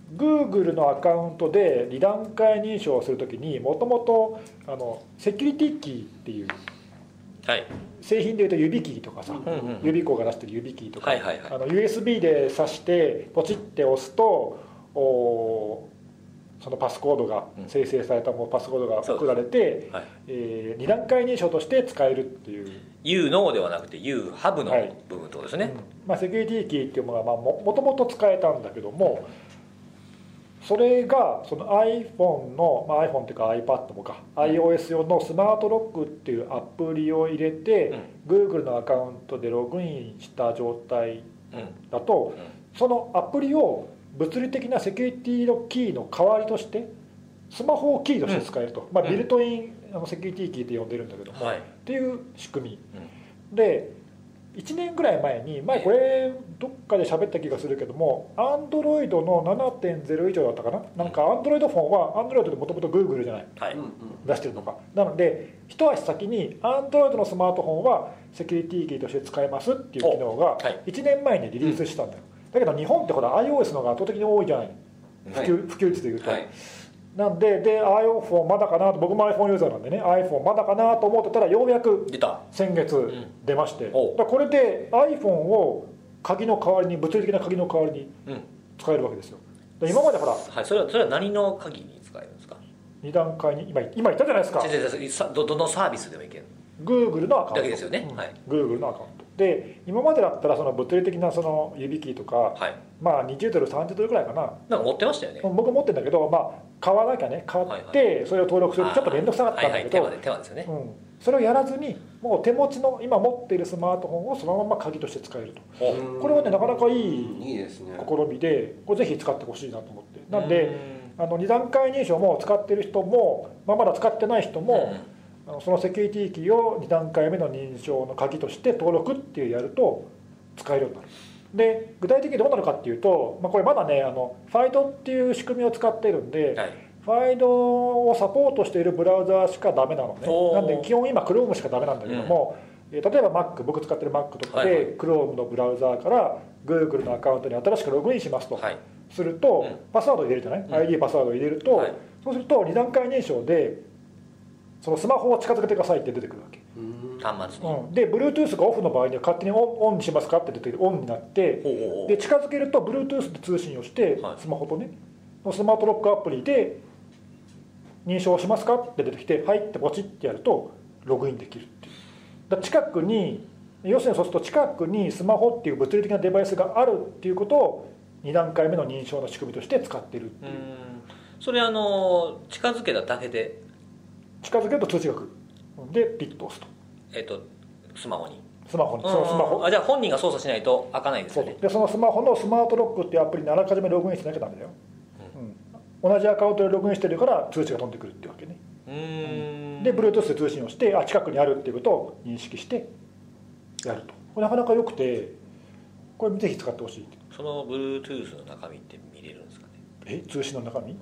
Google のアカウントでに段階認証をするときにもともとセキュリティキーっていう、 はい、 製品でいうと指キーとかさ、 うんうんうん、 指工が出してる指キーとか、 はいはいはい、 あの ユーエスビー で挿してポチって押すとおそのパスコードが、うん、生成されたものパスコードが送られて、はい、えー、に段階認証として使えるっていう You know ではなくて You have の部分ってことですね、はい、うん、 まあ、セキュリティキーっていうものが、まあ、も, もともと使えたんだけども、それがその iPhone の、まあ、iPhone っていうか iPad もか、うん、iOS 用のスマートロックっていうアプリを入れて、うん、Google のアカウントでログインした状態だと、うんうん、そのアプリを物理的なセキュリティのキーの代わりとしてスマホをキーとして使えると、うん、まあ、ビルトインあのセキュリティキーって呼んでるんだけども、はい、っていう仕組み、うん、でいちねんぐらい前に前これどっかで喋った気がするけども Android の ななてんゼロ 以上だったかな、なんか Android フォンは Android でもともと Google じゃない、はい、出してるのか、なので一足先に Android のスマートフォンはセキュリティキーとして使えますっていう機能がいちねんまえにリリースしたんだよ、うん、だけど日本ってほら iOS の方が圧倒的に多いじゃない、普及、はい、普及率でいうと、はい、なんでで iPhone まだかなと、僕も iPhone ユーザーなんでね iPhone まだかなと思ってたらようやく先月出まして、うん、だこれで iPhone を鍵の代わりに物理的な鍵の代わりに使えるわけですよ。で今までほら、 はい、それはそれは何の鍵に使えるんですか？ に段階に 今, 今言ったじゃないですか。 ど, どのサービスでもいける Google のアカウントだけですよね、 うん、 はい、 Google のアカウントで今までだったらその物理的なその指キーとか、はい、まあにじゅうドルさんじゅうドルくらいかな、 なんか持ってましたよね。 僕持ってるんだけど、まあ、買わなきゃね買ってそれを登録するとちょっと面倒くさかったんだけど、 はいはい、手間ですよね、うん、 それをやらずにもう手持ちの今持っているスマートフォンをそのまま鍵として使えると、これはねなかなかいい試みで、これぜひ使ってほしいなと思って、なんであのに段階認証も使ってる人も、まあ、まだ使ってない人も、うん、そのセキュリティキーをに段階目の認証の鍵として登録っていうやると使えるようになる。で具体的にどうなるかっていうと、まあ、これまだねあの ファイド っていう仕組みを使っているんで、はい、ファイド をサポートしているブラウザーしかダメなのね。なんで基本今 Chrome しかダメなんだけども、うん、例えば Mac 僕使ってる Mac とかで、はい、Chrome のブラウザーから Google のアカウントに新しくログインしますと、はい、すると、うん、パスワードを入れるじゃない、うん、アイディー パスワードを入れると、はい、そうするとに段階認証でそのスマホを近づけてくださいって出てくるわけ。 端末に、 うん、で Bluetooth がオフの場合には勝手にオン、オンにしますかって出てオンになって、ほうほうほう、で近づけると Bluetooth で通信をして、はい、スマホとねスマートロックアプリで認証しますかって出てきてはいってポチってやるとログインできるっていう。だ近くに要するにそうすると近くにスマホっていう物理的なデバイスがあるっていうことをに段階目の認証の仕組みとして使ってるっていう。うん、 それあの近づけただけで近づけると通知が来るでピッと押すと、 えっとスマホにスマホにそのスマホあじゃあ本人が操作しないと開かないですよね。 でそのスマホのスマートロックっていうアプリにあらかじめログインしなきゃダメだよ、うん、同じアカウントでログインしてるから通知が飛んでくるっていうわけね。うーんで Bluetooth で通信をしてあ近くにあるっていうことを認識してやると。これなかなか良くてこれぜひ使ってほしい。 その Bluetooth の中身って見れるんですかね。 え通信の中身、うん、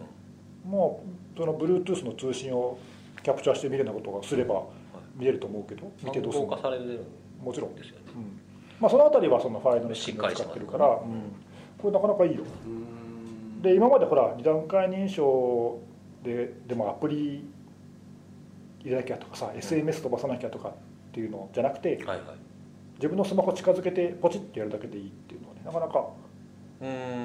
もうその Bluetooth の通信をキャプチャーして見るようなことがすれば見れると思うけど、見てどうするの暗号化されるもちろんですよね、 うんまあ、そのあたりはそのファイルの仕組みを使ってるから、うん、これなかなかいいよ。で今までほらに段階認証 で, でもアプリ入れなきゃとかさ エスエムエス 飛ばさなきゃとかっていうのじゃなくて、はいはい、自分のスマホ近づけてポチッてやるだけでいいっていうのはねなかなかうん、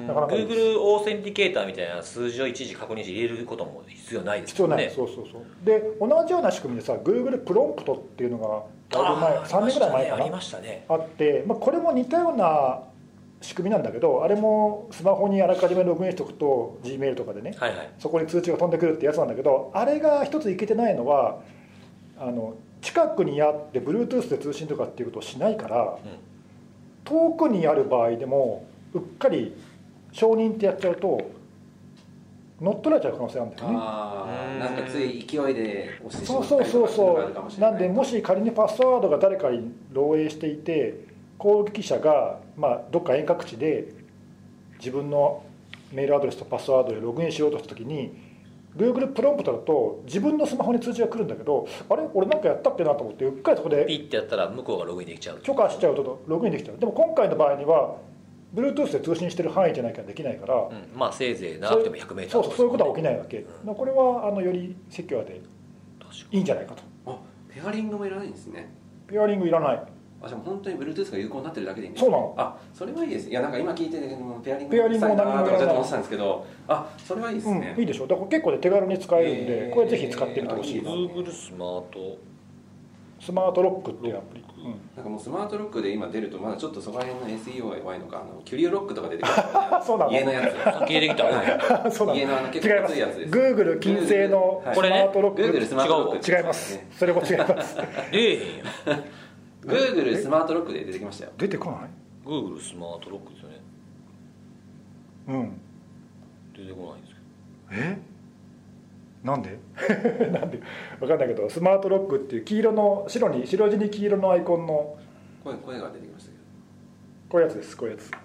なかなか Google オーセンティケーターみたいな数字を一時確認して入れることも必要ないですよね。 必要ない。そうそうそうで同じような仕組みでさ Google プロンプトっていうのがだいぶ前さんねんぐらい前かなありましたね、 あって、まあ、これも似たような仕組みなんだけどあれもスマホにあらかじめログインしておくと Gmail とかでね、はいはい、そこに通知が飛んでくるってやつなんだけどあれが一ついけてないのはあの近くにあって Bluetooth で通信とかっていうことをしないから、うん、遠くにある場合でもうっかり承認ってやっちゃうと乗っ取られちゃう可能性あるんだよね。 ああなんかつい勢いで押してしまったりとかそうそうそうそうなんでもし仮にパスワードが誰かに漏洩していて攻撃者が、まあ、どっか遠隔地で自分のメールアドレスとパスワードでログインしようとした時に Google プロンプトだと自分のスマホに通知が来るんだけどあれ俺なんかやったっけなと思ってうっかりそこでピッてやったら向こうがログインできちゃう許可しちゃうとログインできちゃう。でも今回の場合には Bluetooth で通信してる範囲じゃないからできないから、 うん、まあせいぜい長くても ひゃくメートル、 そうそうそういうことは起きないわけ、うん、これはあのよりセキュアでいいんじゃないかと。 あ、ペアリングもいらないんですね。 ペアリングいらない。 あ、じゃあ本当に Bluetooth が有効になってるだけでいいんですか。そうなの。 あ、それはいいです。いやなんか今聞いててペアリングペアリングも何もいらないと思ってたんですけど、あ、それはいいですね、 うん、いいでしょ。だから結構で手軽に使えるんで、これぜひ使ってみてほしい。 Google スマートスマートロックっていうアプリ、 うん、なんかもうスマートロックで今出るとまだちょっとそこら辺の エスイーオー が弱いのか、あのキュリオロックとか出てくる、ね、 そうなの。 家のやつ先できたねそうなの。 家のあの結構熱いやつです。 Google 金製のスマートロック、 はい、Google スマートロック違います、それも違います出えへんやん Google スマートロックで出てきましたよ。 出てこない。 Google スマートロックですよね。 うん出てこないんですけど。えなんでなんで分かんないけど、スマートロックっていう黄色の白に白地に黄色のアイコンの声声が出てきましたけど、 こういうやつです。こういうやつ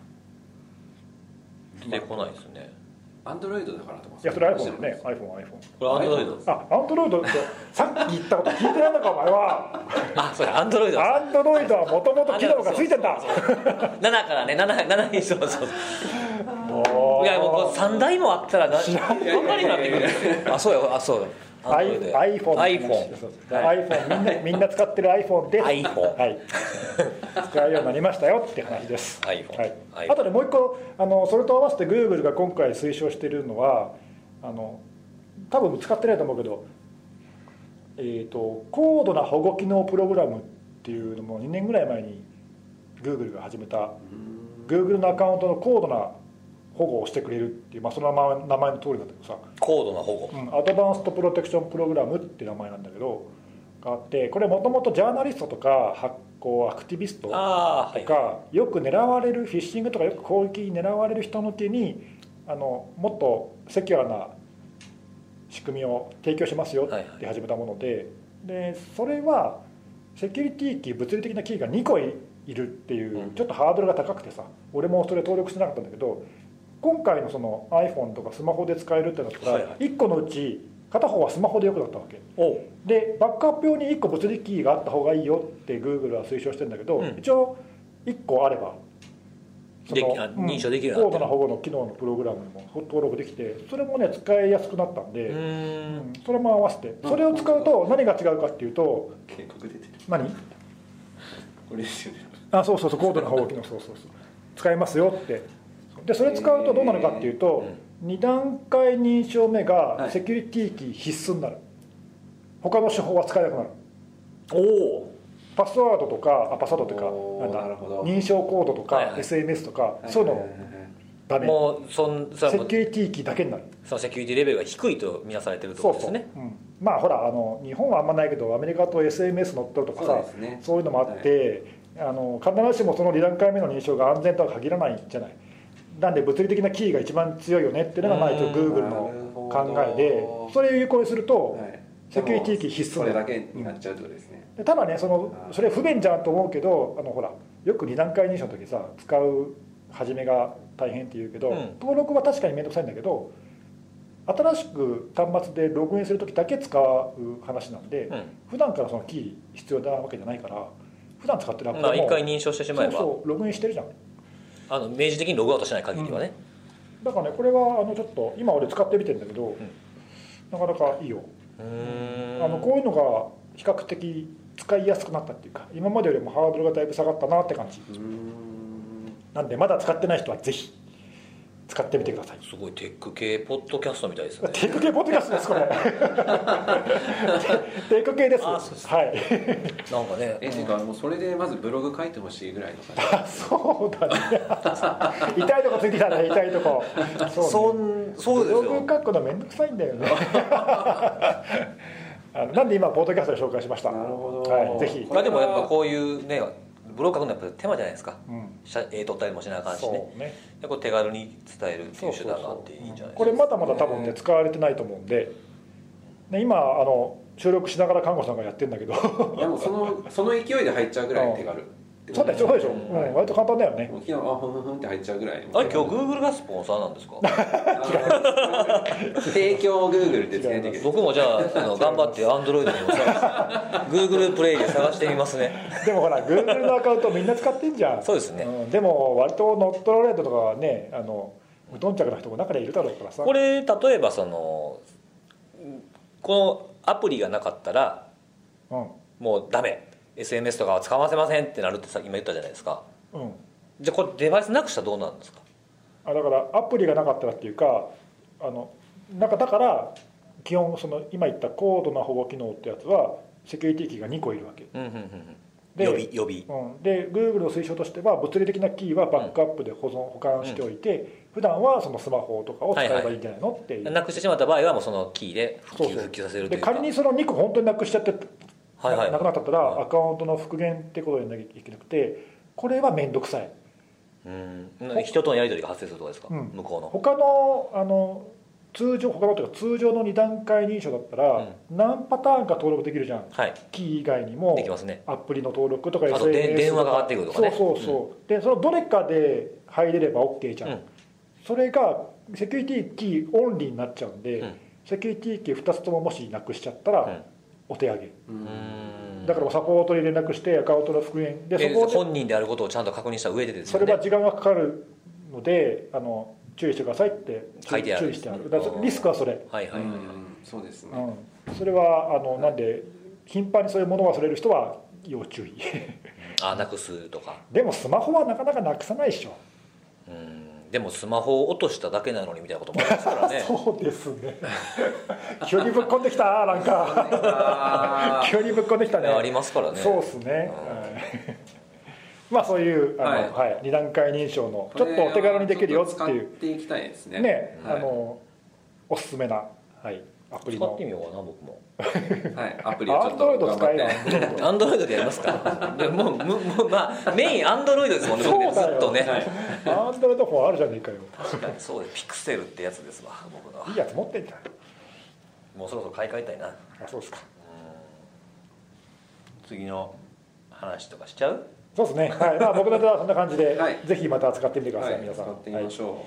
出てこないですね。 Android だからと思いやそれ iPhone だね。 iPhone iPhone これ Android です。 あ、Android ってさっき言ったこと聞いてないのかお前は。 あ、それ Android です。 Android はもともと機能がついてんだ。 ななからね、なな、ななにそうそうそう。いやもうこれさんだいもあったらな分かりになってくる。あ、そうよ、あ、そうよ。 iPhone iPhone iPhone みんなみんな使ってる iPhone です。 iPhone はい使えるようになりましたよって話です。 iPhone はい、あとでもう一個あのそれと合わせて Google が今回推奨しているのは、あの多分使ってないと思うけど、えーと、高度な保護機能プログラムっていうのもにねんぐらい前に Google が始めた Google のアカウントの高度な保護をしてくれるっていう、まあ、その名前、名前の通りだけどさ、 高度な保護、 うん、アドバンストプロテクションプログラムっていう名前なんだけどがあって、これもともとジャーナリストとか発行アクティビストとか、はい、よく狙われるフィッシングとかよく攻撃に狙われる人向けにあのもっとセキュアな仕組みを提供しますよって始めたもので、はいはい、でそれはセキュリティキー、物理的なキーがにこいるっていう、うん、ちょっとハードルが高くてさ、俺もそれ登録してなかったんだけど、今回のその iPhone とかスマホで使えるってなったらいっこのうち片方はスマホでよくなったわけで、バックアップ用にいっこ物理キーがあった方がいいよって Google は推奨してるんだけど、うん、一応いっこあればその認証できるようになってる、 高度な保護の機能のプログラムにも登録できて、それもね使いやすくなったんで、うん、それも合わせてそれを使うと何が違うかっていうと、 警告出てる。 何これですよね。 あ、そうそうそう、高度な保護機能、そうそうそう使えますよって。でそれ使うとどうなるかっていうと、えー、に段階認証目がセキュリティキー必須になる、はい、他の手法は使えなくなる。おお、パスワードとか、あ、パスワードというかなんだ認証コードとか、はいはい、エスエムエス とか、はいはい、そういうのダメ、もうそんそセキュリティキーだけになる。 そのセキュリティレベルが低いと見なされてるってことですね。 そうそう、うん、まあほらあの日本はあんまないけどアメリカと エスエムエス 乗っ取るとかさ、 そう、ね、そういうのもあって、はい、あの必ずしもそのに段階目の認証が安全とは限らないんじゃない。なんで物理的なキーが一番強いよねっていうのがまあ一応 Google の考えで、それを有効にするとセキュリティキー必須それだけになっちゃうってことですね。 ただね、そのそれ不便じゃんと思うけど、あのほらよくに段階認証の時さ使う始めが大変って言うけど、うん、登録は確かに面倒くさいんだけど、新しく端末でログインする時だけ使う話なんで、うん、普段からそのキー必要なわけじゃないから、普段使ってるアプリもまあ一回認証してしまえば、 そうそうログインしてるじゃん。 あの明示的にログアウトしない限りはね、 うん、だからねこれはあのちょっと今俺使ってみてるんだけど、うん、なかなかいいよ。 うーん、 あのこういうのが比較的使いやすくなったっていうか、今までよりもハードルがだいぶ下がったなって感じ。うーん、なんでまだ使ってない人はぜひ使ってみてください。 すごいテック系ポッドキャストみたいですね。 テック系ポッドキャストですこれ。テック系です。 あ、そうです。 はい。 なんかね。 え、ていうかもうそれでまずブログ書いてほしいぐらいの感じ。そうだね。痛いとこついてきたね、痛いとこ。 そうね。そそうですよ。 ブログ書くのめんどくさいんだよね。あのなんで今ポッドキャストで紹介しました。 なるほど。 はい、ぜひ。 まあでもやっぱこういうね。ブログ書くのはやっぱ手間じゃないですか、うん、絵撮ったりもしなあかんし ね, ねでこれ手軽に伝えるっていう手段があっていいんじゃないですか。 これまだまだ多分ね使われてないと思うんで、ね、今あの収録しながら看護師さんがやってるんだけどいやもうそのその勢いで入っちゃうぐらい手軽、 うん、そうだよそうでしょ、うんうん、割と簡単だよね。 もう昨日あふんふんって入っちゃうぐらい。 あれ今日 Google がスポンサーなんですか？ 提供 Google ってつけて僕もじゃああの頑張って Android にもさ Google プレイで探してみますね。 でもほら Google のアカウントみんな使ってんじゃん。 そうですね、 うん、でも割と乗っ取られるとかはね、あの無頓着な人も中でいるだろうからさ。 これ例えばそのこのアプリがなかったら、うん、もうダメ エスエヌエス とかは使わせませんってなるってさ今言ったじゃないですか、うん、じゃあこれデバイスなくしたらどうなるんですか。 あだからアプリがなかったらっていうか、あのなんかだから基本その今言った高度な保護機能ってやつはセキュリティキーがにこいるわけ、うんうんうん、で予備予備、 うん、で Google の推奨としては物理的なキーはバックアップで保存、うん、保管しておいて、うん、普段はそのスマホとかを使えばいいんじゃないの、はいはい、っていうなくしてしまった場合はもうそのキーで復旧復旧させるというか。 で仮にそのにこ本当になくしちゃって、はいはい、なくなったったら、はい、アカウントの復元ってことになきゃいけなくて、これは面倒くさい。 うん、人とのやり取りが発生するとかですか、うん、向こうの他のあの通常他のというか通常のに段階認証だったら、うん、何パターンか登録できるじゃん、はい、キー以外にもできますね、 アプリの登録とかエスエヌエス とか電話がかかってくるとかね。 そうそうそう、うん、でそのどれかで入れれば OK じゃん、うん、それがセキュリティキーオンリーになっちゃうんで、うん、セキュリティキーふたつとももしなくしちゃったら、うん、お手上げ、うんだからサポートに連絡してアカウントの復元で、そこで本人であることをちゃんと確認した上でですよね。それは時間がかかるのであの注意してくださいって書いてある、 注意してある。だからリスクはそれ、 はいはいはい、うん、 そうですね、 うん、それはあのなんで頻繁にそういうものを忘れる人は要注意あなくすとか。 でもスマホはなかなかなくさないでしょ。 うんでもスマホを落としただけなのにみたいなこともありますからねそうですね急にぶっこんできたなんか急にぶっこんできたね。 ありますからね。 そうですね、うん、まあそういうあの、はいはい、に段階認証のちょっとお手軽にできるよっていう使っていきたいですね。 ね、はい、あのおすすめな、はい、アプリの使ってみようかな僕もはいアプリをちょっと頑張ってアンドロイドでやりますかもうもうまあメインアンドロイドですもんね。僕ねずっとねアンドロイドフォンあるじゃねえかよ。 確かにそうです。ピクセルってやつですわ僕の。 いいやつ持ってんじゃん。 もうそろそろ買い替えたいな。あそうですか。 次の話とかしちゃう。 そうですね、はい、まあ僕のはそんな感じで、はい、ぜひまた使ってみてください、はい、皆さん使ってみましょう、はい、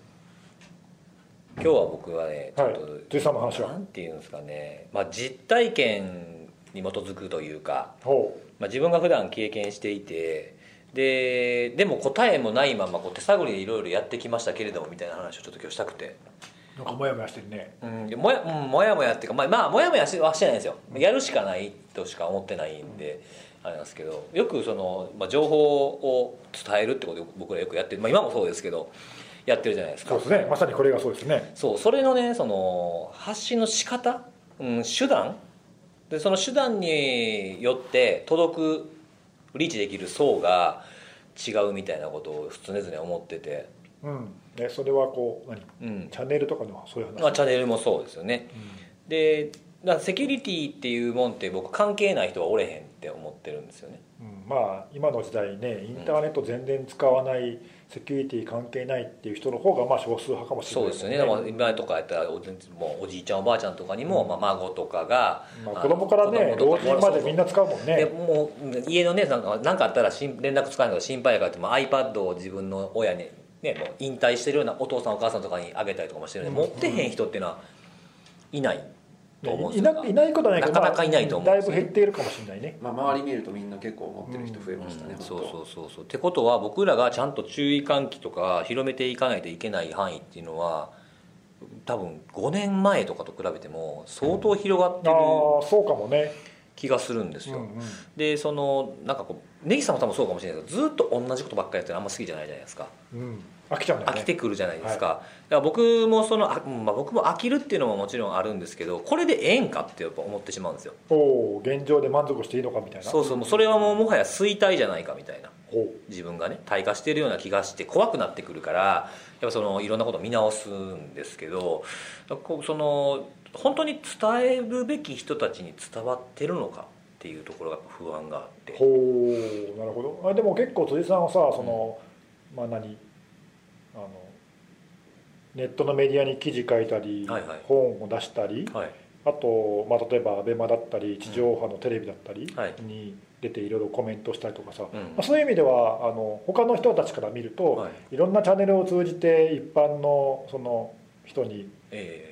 今日は僕はねちょっと、はい、 辻さんの話はなんていうんですかね、まあ、実体験に基づくというか、まあ、自分が普段経験していてででも答えもないままこう手探りでいろいろやってきましたけれどもみたいな話をちょっと今日したくて。 なんかモヤモヤしてるね、 うん、もやもやもやっていうかまあ、まあ、もやもやはしてないんですよ。やるしかないとしか思ってないんで、うん、あれなんですけど、よくその、まあ、情報を伝えるってことを僕らよくやってる、まあ、今もそうですけどやってるじゃないですか。 そうですね、まさにこれがそうですね。 そうそれのねその発信の仕方、うん、手段でその手段によって届くリーチできる層が違うみたいなことを常々思ってて、 うんね、それはこう何、うん、チャンネルとかのそういう話、 まあ、チャンネルもそうですよね、うん、でだからセキュリティっていうもんって僕関係ない人はおれへんって思ってるんですよね、 うん、まあ今の時代ねインターネット全然使わない、うん、セキュリティ関係ないっていう人の方がまあ少数派かもしれない、 ね、そうですよね。今とかやったらお, もうおじいちゃんおばあちゃんとかにも、うん、まあ、孫とかが、 まあ、子供からね老人までみんな使うもんね。 でもう家のねなんか、なんかあったら連絡使えないのが心配やからって、まあ、iPad を自分の親にね、もう引退してるようなお父さんお母さんとかにあげたりとかもしてるんで、うん、持ってへん人っていうのはいないと思うんですよ。 い, いないことはないけどなかなかいないと思うんですよ、 だいぶ減っているかもしれないね、 まあ、周り見るとみんな結構持ってる人増えましたね、 うん、そうそうそうそう。ってことは僕らがちゃんと注意喚起とか広めていかないといけない範囲っていうのは多分ごねんまえとかと比べても相当広がってる、うん、 あそうかもね気がするんですよ、うんうん、でそのなんかこう根岸さんも多分そうかもしれないですけどずっと同じことばっかりやってるのあんま好きじゃないじゃないですか、 うん飽きちゃうんだよね、 飽きてくるじゃないですか、はい、だから僕もそのあ、まあ、僕も飽きるっていうのももちろんあるんですけどこれでええんかってやっぱ思ってしまうんですよ。 お現状で満足していいのかみたいな。 そうそう、もうそれはもうもはや衰退じゃないかみたいな、自分がね退化しているような気がして怖くなってくるからやっぱそのいろんなことを見直すんですけど、その本当に伝えるべき人たちに伝わってるのかっていうところが不安があって。 ほうなるほど。あでも結構辻さんはさその、うん、まあ何あのネットのメディアに記事書いたり、はいはい、本を出したり、はい、あと、まあ、例えばアベマだったり地上波のテレビだったりに出ていろいろコメントしたりとかさ、うんまあ、そういう意味ではあの他の人たちから見ると、はい、いろんなチャンネルを通じて一般のその人に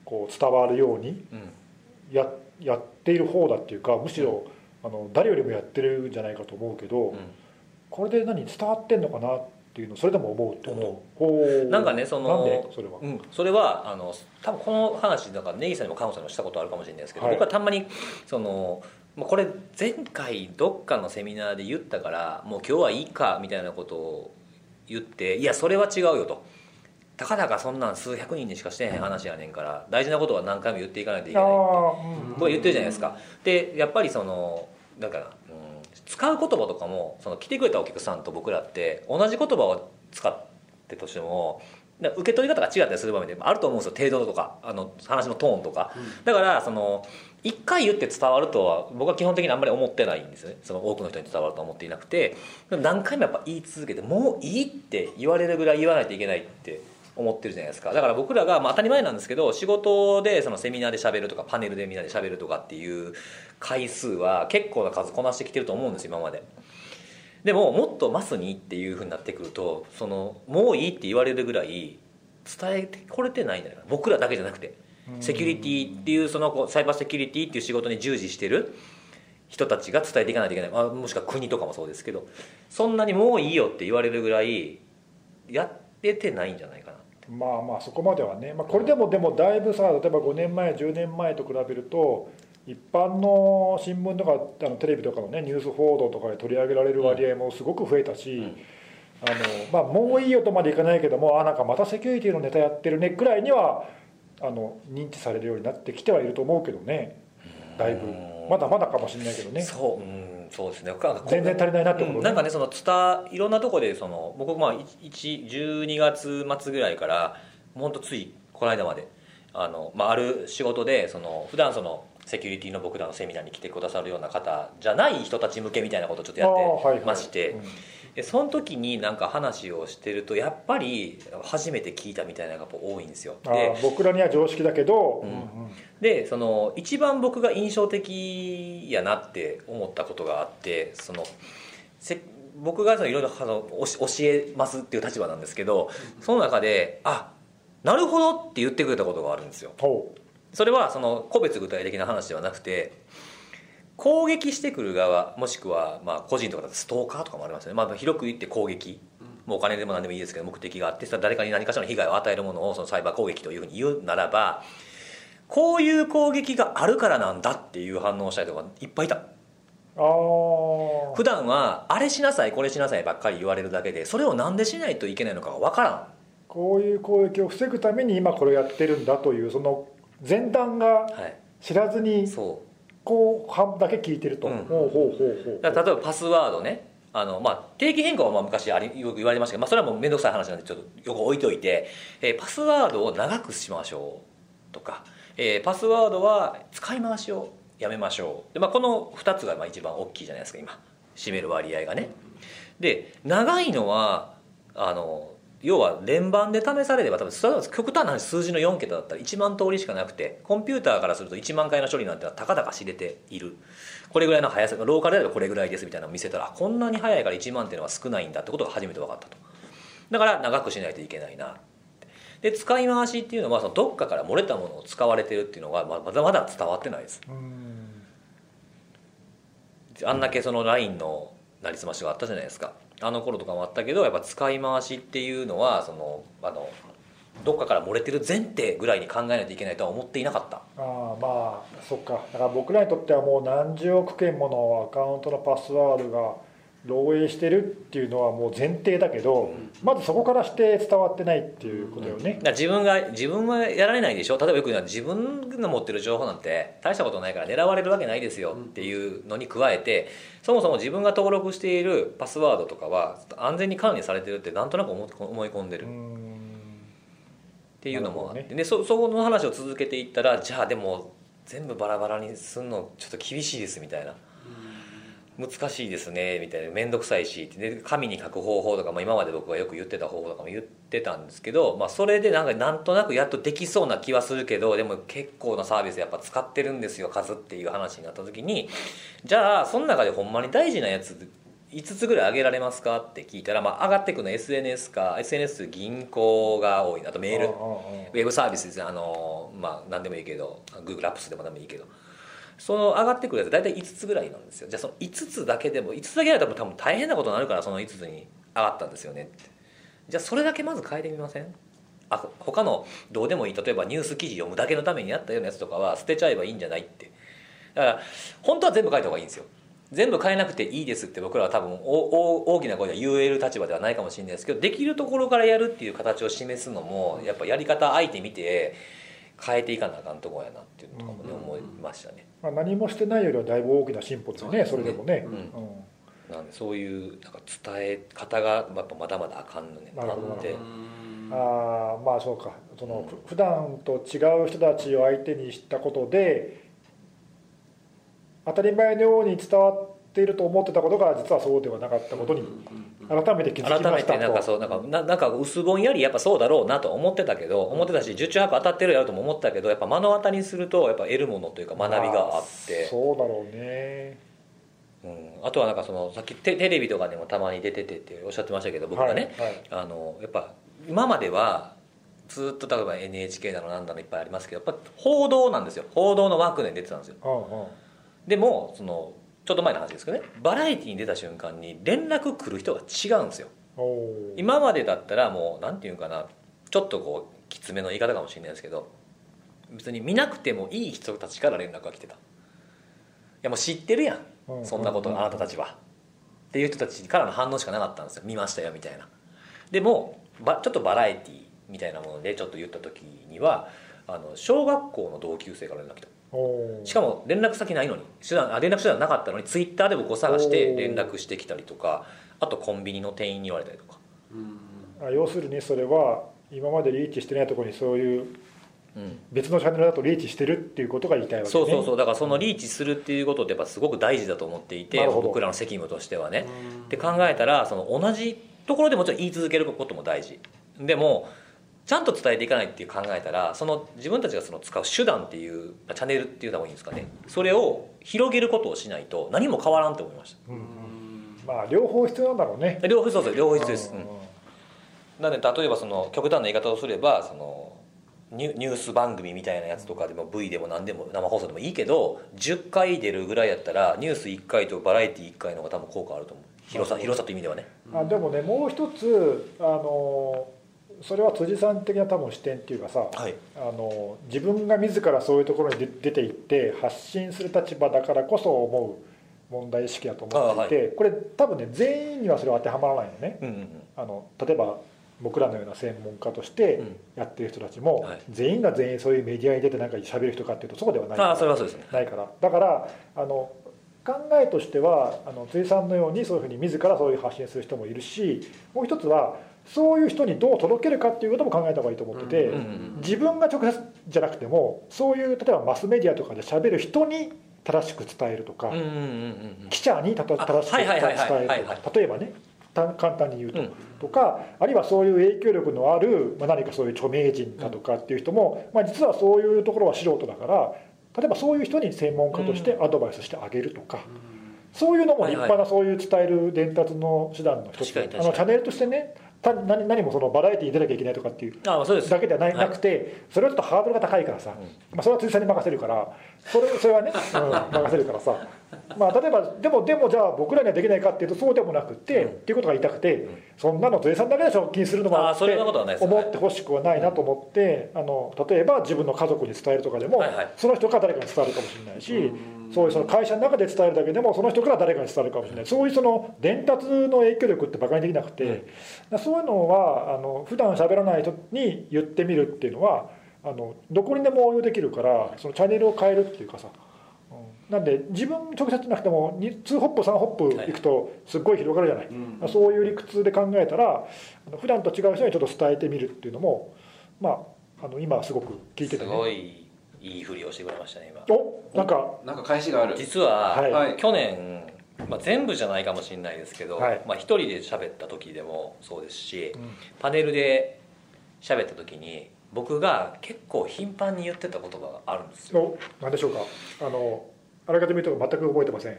こう伝わるようにうんや、やっている方だっていうか、むしろあの誰よりもやってるんじゃないかと思うけど、 うんこれで何伝わってんのかなっていうのをそれでも思うって思うなんかねそのなんでそれは、 うん、それはあの多分この話だから根岸さんにも菅野さんにもしたことあるかもしれないですけど、 はい、 僕はたまにそのこれ前回どっかのセミナーで言ったからもう今日はいいかみたいなことを言って、いやそれは違うよと、たかだかそんなん数百人にしかしてへん話やねんから大事なことは何回も言っていかないといけないって僕は言ってるじゃないですか。でやっぱりそのだから、うん、使う言葉とかもその来てくれたお客さんと僕らって同じ言葉を使ってとしても受け取り方が違ったりする場面であると思うんですよ。程度とかあの話のトーンとか、だからその一回言って伝わるとは僕は基本的にあんまり思ってないんですよね。その多くの人に伝わるとは思っていなくて、何回もやっぱ言い続けてもういいって言われるぐらい言わないといけないって思ってるじゃないですか。だから僕らが、まあ、当たり前なんですけど仕事でそのセミナーで喋るとかパネルでみんなで喋るとかっていう回数は結構な数こなしてきてると思うんです今まで。でももっとマスにっていう風になってくるとそのもういいって言われるぐらい伝えてこれてないんじゃないかな、僕らだけじゃなくて。セキュリティっていうそのサイバーセキュリティっていう仕事に従事してる人たちが伝えていかないといけない、まあ、もしくは国とかもそうですけど、そんなにもういいよって言われるぐらいやっててないんじゃないかな。 まあまあそこまではね、まあ、これでもでもだいぶさ、例えばごねんまえじゅうねんまえと比べると一般の新聞とかあのテレビとかのねニュース報道とかで取り上げられる割合もすごく増えたし、うん、あのまあもういいよとまでいかないけども、あなんかまたセキュリティのネタやってるねぐらいにはあの認知されるようになってきてはいると思うけどね、だいぶまだまだかもしれないけどね。 そう、うん、そうですね。 全然足りないなってことね、 うん、なんかねその伝いろんなところでその僕まあじゅうにがつ末ぐらいからもうほんとついこの間まであの、まあ、ある仕事でその普段そのセキュリティの僕らのセミナーに来てくださるような方じゃない人たち向けみたいなことをちょっとやってまして、はいはい、うん、でその時になんか話をしてるとやっぱり初めて聞いたみたいなのが多いんですよ。で僕らには常識だけど、 うんうん、でその一番僕が印象的やなって思ったことがあって、そのせ僕がいろいろ教えますっていう立場なんですけど、その中であなるほどって言ってくれたことがあるんですよ。それはその個別具体的な話ではなくて、攻撃してくる側もしくはまあ個人とかだとストーカーとかもありますよね。まあ、広く言って攻撃、もうお金でも何でもいいですけど目的があって誰かに何かしらの被害を与えるものをそのサイバー攻撃というふうに言うならば、こういう攻撃があるからなんだっていう反応をした人がいっぱいいた。あ普段はあれしなさいこれしなさいばっかり言われるだけで、それをなんでしないといけないのかが分からん。 こういう攻撃を防ぐために今これをやってるんだというその前段が知らずに、はい、そうこう半だけ聞いてると、うん、ほうほうほうほう。例えばパスワードね、あの、まあ、定期変更はまあ昔ありよく言われましたけど、まあ、それはもう面倒くさい話なんでちょっとよく置いといて、えー、パスワードを長くしましょうとか、えー、パスワードは使い回しをやめましょうで、まあ、このふたつがまあ一番大きいじゃないですか今占める割合がね。で長いのはあの要は連番で試されれば多分極端な話数字のよんけただったらいちまん通りしかなくて、コンピューターからするといちまん回の処理なんてのはたかだか知れている。これぐらいの速さ、ローカルであればこれぐらいですみたいなのを見せたら、こんなに速いからいちまんっていうのは少ないんだってことが初めて分かったと。だから長くしないといけないな。で使い回しっていうのはそのどっかから漏れたものを使われてるっていうのがまだまだ伝わってないです。あんだけその ライン のなりすましがあったじゃないですか。あの頃とかもあったけど、やっぱ使い回しっていうのはそのあのどっかから漏れてる前提ぐらいに考えないといけないとは思っていなかった。ああまあそっか。だから僕らにとってはもう何十億件ものアカウントのパスワードが漏洩してるっていうのはもう前提だけど、うん、まずそこからして伝わってないっていうことよね。 うん、だから自分が自分はやられないでしょ。例えばよく言うのは自分の持ってる情報なんて大したことないから狙われるわけないですよっていうのに加えて、そもそも自分が登録しているパスワードとかは安全に管理されてるってなんとなく思い込んでるっていうのもあって、ね、で そ, そこの話を続けていったら、じゃあでも全部バラバラにするのちょっと厳しいですみたいな、難しいですねみたいな、面倒くさいしで紙に書く方法とかも今まで僕がよく言ってた方法とかも言ってたんですけど、まあ、それでなんかなんとなくやっとできそうな気はするけど、でも結構なサービスやっぱ使ってるんですよ数っていう話になった時に、じゃあその中でほんまに大事なやついつつぐらい上げられますかって聞いたら、まあ、上がってくの エスエヌエス か エスエヌエス 銀行が多いな、あとメールウェブサービスですね、あののまあ何でもいいけど Google アップスでも何でもいいけどその上がってくるやつ大体いつつぐらいなんですよ。じゃあそのいつつだけでもいつつだけだと多分大変なことになるからそのいつつに上がったんですよねって。じゃあそれだけまず変えてみません？あ他のどうでもいい例えばニュース記事読むだけのためにやったようなやつとかは捨てちゃえばいいんじゃないって。だから本当は全部書いた方がいいんですよ。全部変えなくていいですって僕らは多分大きな声では言える立場ではないかもしれないですけどできるところからやるっていう形を示すのもやっぱやり方相手見て変えていかなあかんところやなっていうのとかもね、うん、思いましたね、 まあ、何もしてないよりはだいぶ大きな進歩ですよね。それでもね、うんうん、 なんでそういうなんか伝え方がやっぱまだまだあかんのねなるほどってあまあそうかその、うん、普段と違う人たちを相手にしたことで当たり前のように伝わっていると思ってたことが実はそうではなかったことに改めて気づきましたと。 改めてなんかそうなんかななんか薄ぼんやりやっぱそうだろうなと思ってたけど思ってたし十中八九当たってるやろとも思ったけどやっぱ目の当たりにするとやっぱ得るものというか学びがあって、 そうだろうね、 うん、あとはなんかそのさっきテレビとかでもたまに出ててっておっしゃってましたけど僕がね、はいはい、あのやっぱ今まではずっと例えば エヌエイチケー だのなんだのいっぱいありますけどやっぱ報道なんですよ。報道の枠で出てたんですよ、うんうん、でもそのちょっと前の話ですけどねバラエティに出た瞬間に連絡来る人が違うんですよ。今までだったらもうなんていうかなちょっとこうきつめの言い方かもしれないですけど別に見なくてもいい人たちから連絡が来てた。いやもう知ってるやん、うん、そんなことあなたたちはっていう人たちからの反応しかなかったんですよ。見ましたよみたいな。でもちょっとバラエティみたいなものでちょっと言った時にはあの小学校の同級生から連絡来た。しかも連絡先ないのに手段あ連絡手段なかったのにツイッターで僕を探して連絡してきたりとかあとコンビニの店員に言われたりとか、 うん、あ要するにそれは今までリーチしてないところにそういう別のチャンネルだとリーチしてるっていうことが言いたいわけね。 そうそうそうだからそのリーチするっていうことってやっぱすごく大事だと思っていて僕らの責務としてはねって考えたらその同じところでもちろん言い続けることも大事でもちゃんと伝えていかないって考えたらその自分たちがその使う手段っていうチャンネルっていうのがいいんですかねそれを広げることをしないと何も変わらんと思いました、うんうん、 まあ両方必要なんだろうね。 両方そうです両方必要です、うんうん、なので例えばその極端な言い方をすればそのニュ、ニュース番組みたいなやつとかでも ブイ でも何でも生放送でもいいけどじゅっかい出るぐらいやったらニュースいっかいとバラエティいっかいの方が多分効果あると思う。広さ広さという意味ではね。 あでもねもう一つあのそれは辻さん的な多分視点っていうかさ、はい、あの自分が自らそういうところに出ていって発信する立場だからこそ思う問題意識だと思っていて、はい、これ多分ね全員にはそれは当てはまらないのね、うんうんうん、あの例えば僕らのような専門家としてやってる人たちも、うんはい、全員が全員そういうメディアに出て何か喋る人かっていうとそうではないから、 あそれはそうですね、 ないからだからあの考えとしてはあの辻さんのようにそういうふうに自らそういう発信する人もいるしもう一つはそういう人にどう届けるかっていうことも考えた方がいいと思ってて、うんうんうん、自分が直接じゃなくてもそういう例えばマスメディアとかで喋る人に正しく伝えるとか、うんうんうんうん、記者に正しく伝えるとか例えばね簡単に言うと、うん、とかあるいはそういう影響力のある、まあ、何かそういう著名人だとかっていう人も、まあ、実はそういうところは素人だから例えばそういう人に専門家としてアドバイスしてあげるとか、うん、そういうのも立派なそういう伝える伝達の手段の一つ、はいはい、あのチャンネルとしてね何, 何もそのバラエティに出なきゃいけないとかっていうだけでは な, なくてそれはちょっとハードルが高いからさ、まあ、それは辻さんに任せるからそれ, それはね、うん、任せるからさ、まあ、例えばでもでもじゃあ僕らにはできないかっていうとそうでもなくて、うん、っていうことが言いたくて、うん、そんなの辻さんだけでしょ気にするのもあって思ってほしくはないなと思って、あの例えば自分の家族に伝えるとかでも、はいはい、その人から誰かに伝わるかもしれないし、うんそういうその会社の中で伝えるだけでもその人から誰かに伝わるかもしれないそういうその伝達の影響力ってバカにできなくて、うん、そういうのはあの普段喋らない人に言ってみるっていうのはあのどこにでも応用できるからそのチャンネルを変えるっていうかさ、うん、なんで自分直接なくてもにホップさんホップいくとすっごい広がるじゃない、はい、そういう理屈で考えたら普段と違う人にちょっと伝えてみるっていうのもまああの今すごく聞いててねすごいいいふりをしてくれましたね今。 おなんかなんか返しがある。 実は、はい、去年、まあ、全部じゃないかもしれないですけど、はいまあ、一人で喋った時でもそうですし、うん、パネルで喋った時に僕が結構頻繁に言ってた言葉があるんですよ。 お何でしょうか。あのあらかじめ言うと全く覚えてません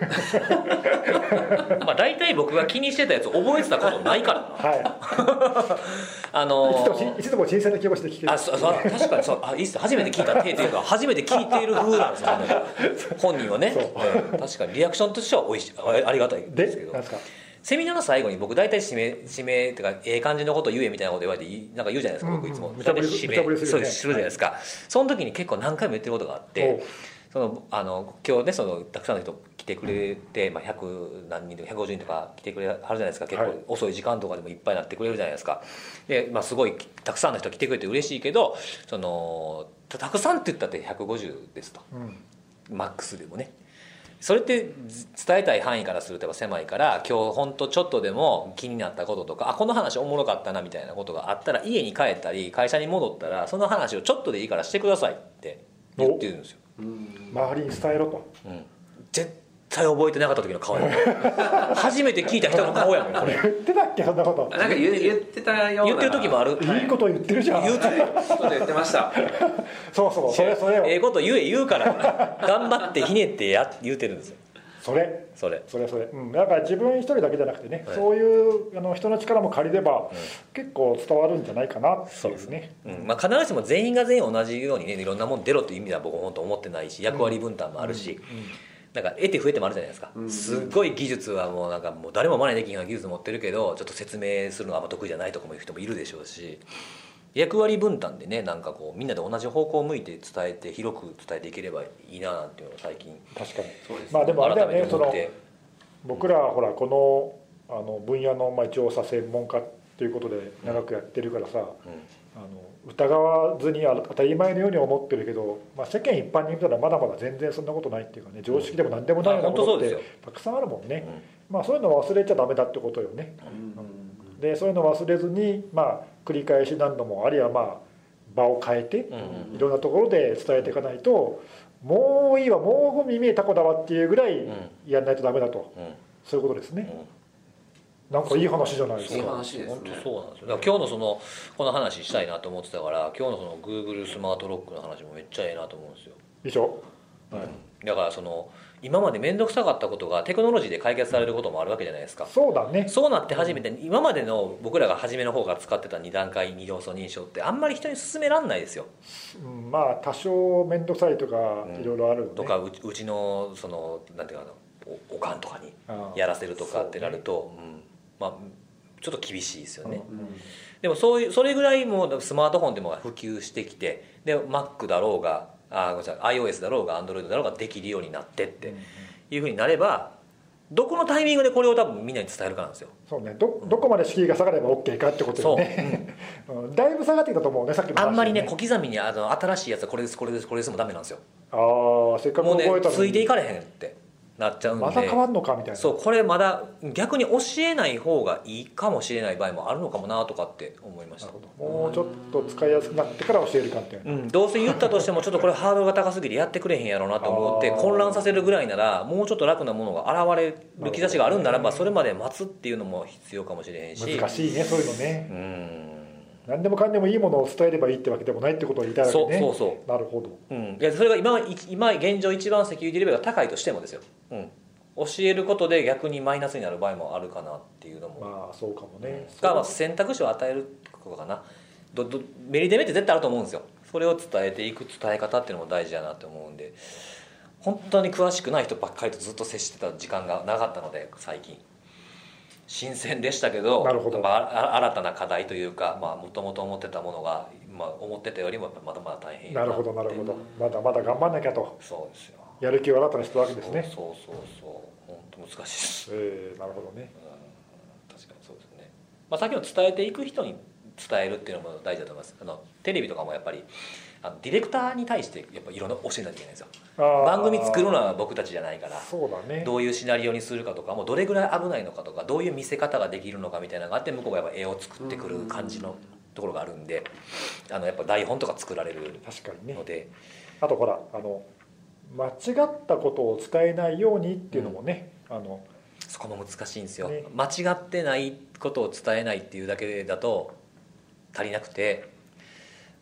まあ大体僕が気にしてたやつ覚えてたことないからなはあのいいつでもしいつでも新鮮な気持ちで聞ける。 あそそ確かにそうあいいっす初めて聞いた手というか初めて聞いている風なんですよね本人はね、うん確かにリアクションとしてはおいしあありがたいですけどでなんですか。 セミナーの最後に僕大体指名指名っていうかええ感じのこと言えみたいなこと言われていなんか言うじゃないですか、 うんうん僕いつも無茶ぶり大体指名無茶ぶりするよねそうするじゃないですか、その時に結構何回も言ってることがあってそのあの今日ねそのたくさんの人来てくれて、まあ、ひゃく何人とかひゃくごじゅうにんとか来てくれはるじゃないですか結構遅い時間とかでもいっぱいになってくれるじゃないですかで、まあ、すごいたくさんの人来てくれて嬉しいけどそのたたくさんって言ったってひゃくごじゅうですと、 うん、 マックスでもねそれって伝えたい範囲からすると狭いから今日本当ちょっとでも気になったこととかあこの話おもろかったなみたいなことがあったら家に帰ったり会社に戻ったらその話をちょっとでいいからしてくださいって言ってるんですよ周りに伝えろと、 うん、絶対覚えてなかった時の顔やもん初めて聞いた人の顔やもんこれ言ってたっけそんなこと。 なんか言言ってたような言ってる時もあるいいこと言ってるじゃん。 言うてこと言ってましたそうそうそれそれよええこと言え言うから頑張ってひねってや言うてるんですよそれそれそれそれ、うん、だから自分一人だけじゃなくてね、 はい、 そういうあの人の力も借りれば、うん、結構伝わるんじゃないかなっていうですね、 うんまあ、必ずしも全員が全員同じようにねいろんなもん出ろという意味では僕は本当思ってないし役割分担もあるし、うんうんうんなんか得て増えてもあるじゃないですか、うん、すごい技術はもうなんかもう誰も真似できんような技術持ってるけどちょっと説明するのはあんま得意じゃないとかもいう人もいるでしょうし役割分担でねなんかこうみんなで同じ方向を向いて伝えて広く伝えていければいいななんていうのを最近確かにそうです、ね、 まあでもあれだよね改めて思ってその僕らはほらこのあの分野のまあ一応さ専門家ということで長くやってるからさ、うん、あの疑わずに当たり前のように思ってるけど、まあ、世間一般に見たらまだまだ全然そんなことないっていうかね常識でも何でもないようなことってたくさんあるもんね、うんまあ、そういうのを忘れちゃダメだってことよね、うん、でそういうのを忘れずに、まあ、繰り返し何度もあるいはまあ場を変えていろんなところで伝えていかないともういいわもう耳タコだわっていうぐらいやらないとダメだと、うん、そういうことですね、うんなんかいい話じゃないですか。 いい話ですね。 本当そうなんですよ。だから今日のそのこの話したいなと思ってたから今日のその Google スマートロックの話もめっちゃええなと思うんですよ。 でしょ。 はい。だからその今まで面倒くさかったことがテクノロジーで解決されることもあるわけじゃないですか。 そうだね。 そうなって初めて今までの僕らが初めの方が使ってたに段階に要素認証ってあんまり人に勧めらんないですよ。 うん、まあ多少面倒くさいとかいろいろあるよね。 とかうちうちのそのなんていうかなお, おかんとかにやらせるとかってなると、うん、まあ。ちょっと厳しいですよね、うん、でもそういうそれぐらいもうスマートフォンでも普及してきてで Mac だろうがあごめんなさい iOS だろうが Android だろうができるようになってっていうふうになればどこのタイミングでこれを多分みんなに伝えるかなんですよ。 そうね ど, どこまで敷居が下がれば OK かってことよね、うん、だいぶ下がってきたと思うねさっきの話、ね、 あんまりね小刻みにあの新しいやつはこれですこれですこれですもダメなんですよ。 ああせっかく覚えたのにもうねついていかれへんってなっちゃうんでまた変わんのかみたいな。 そうこれまだ逆に教えない方がいいかもしれない場合もあるのかもなとかって思いました。 もうちょっと使いやすくなってから教えるかみたいな、 うん、どうせ言ったとしてもちょっとこれハードルが高すぎてやってくれへんやろうなと思って混乱させるぐらいならもうちょっと楽なものが現れる兆しがあるんならばそれまで待つっていうのも必要かもしれへんし難しいねそういうのね。 うん何でもかんでもいいものを伝えればいいってわけでもないってことを言いたいわけね。 そうそうそうなるほど、 うん、いやそれが今今現状一番セキュリティレベルが高いとしてもですよ、うん教えることで逆にマイナスになる場合もあるかなっていうのもまあそうかもね、 が、まあ、選択肢を与えることかなどどメリデメって絶対あると思うんですよ。それを伝えていく伝え方っていうのも大事だなと思うんで本当に詳しくない人ばっかりとずっと接してた時間がなかったので最近新鮮でしたけどなるほど、 まあ、新たな課題というかもともと思ってたものが、まあ、思ってたよりもまだまだ大変なるほどなるほどまだまだ頑張んなきゃと。 そうですよやる気を新たにしたわけですね。 そうそうそうそう本当難しいです。 えー、なるほどね、 うん、確かにそうですね、まあ、さっきの伝えていく人に伝えるっていうのも大事だと思います。あのテレビとかもやっぱりあのディレクターに対してやっぱいろんな教えなきゃいけないんですよ。番組作るのは僕たちじゃないからそうだ、ね、 どういうシナリオにするかとかもどれぐらい危ないのかとかどういう見せ方ができるのかみたいなのがあって向こうがやっぱ絵を作ってくる感じのところがあるんであのやっぱ台本とか作られるので確かに、ね、あとほらあの間違ったことを伝えないようにっていうのもね、うん、あのそこも難しいんですよ、 ね、 間違ってないことを伝えないっていうだけだと足りなくて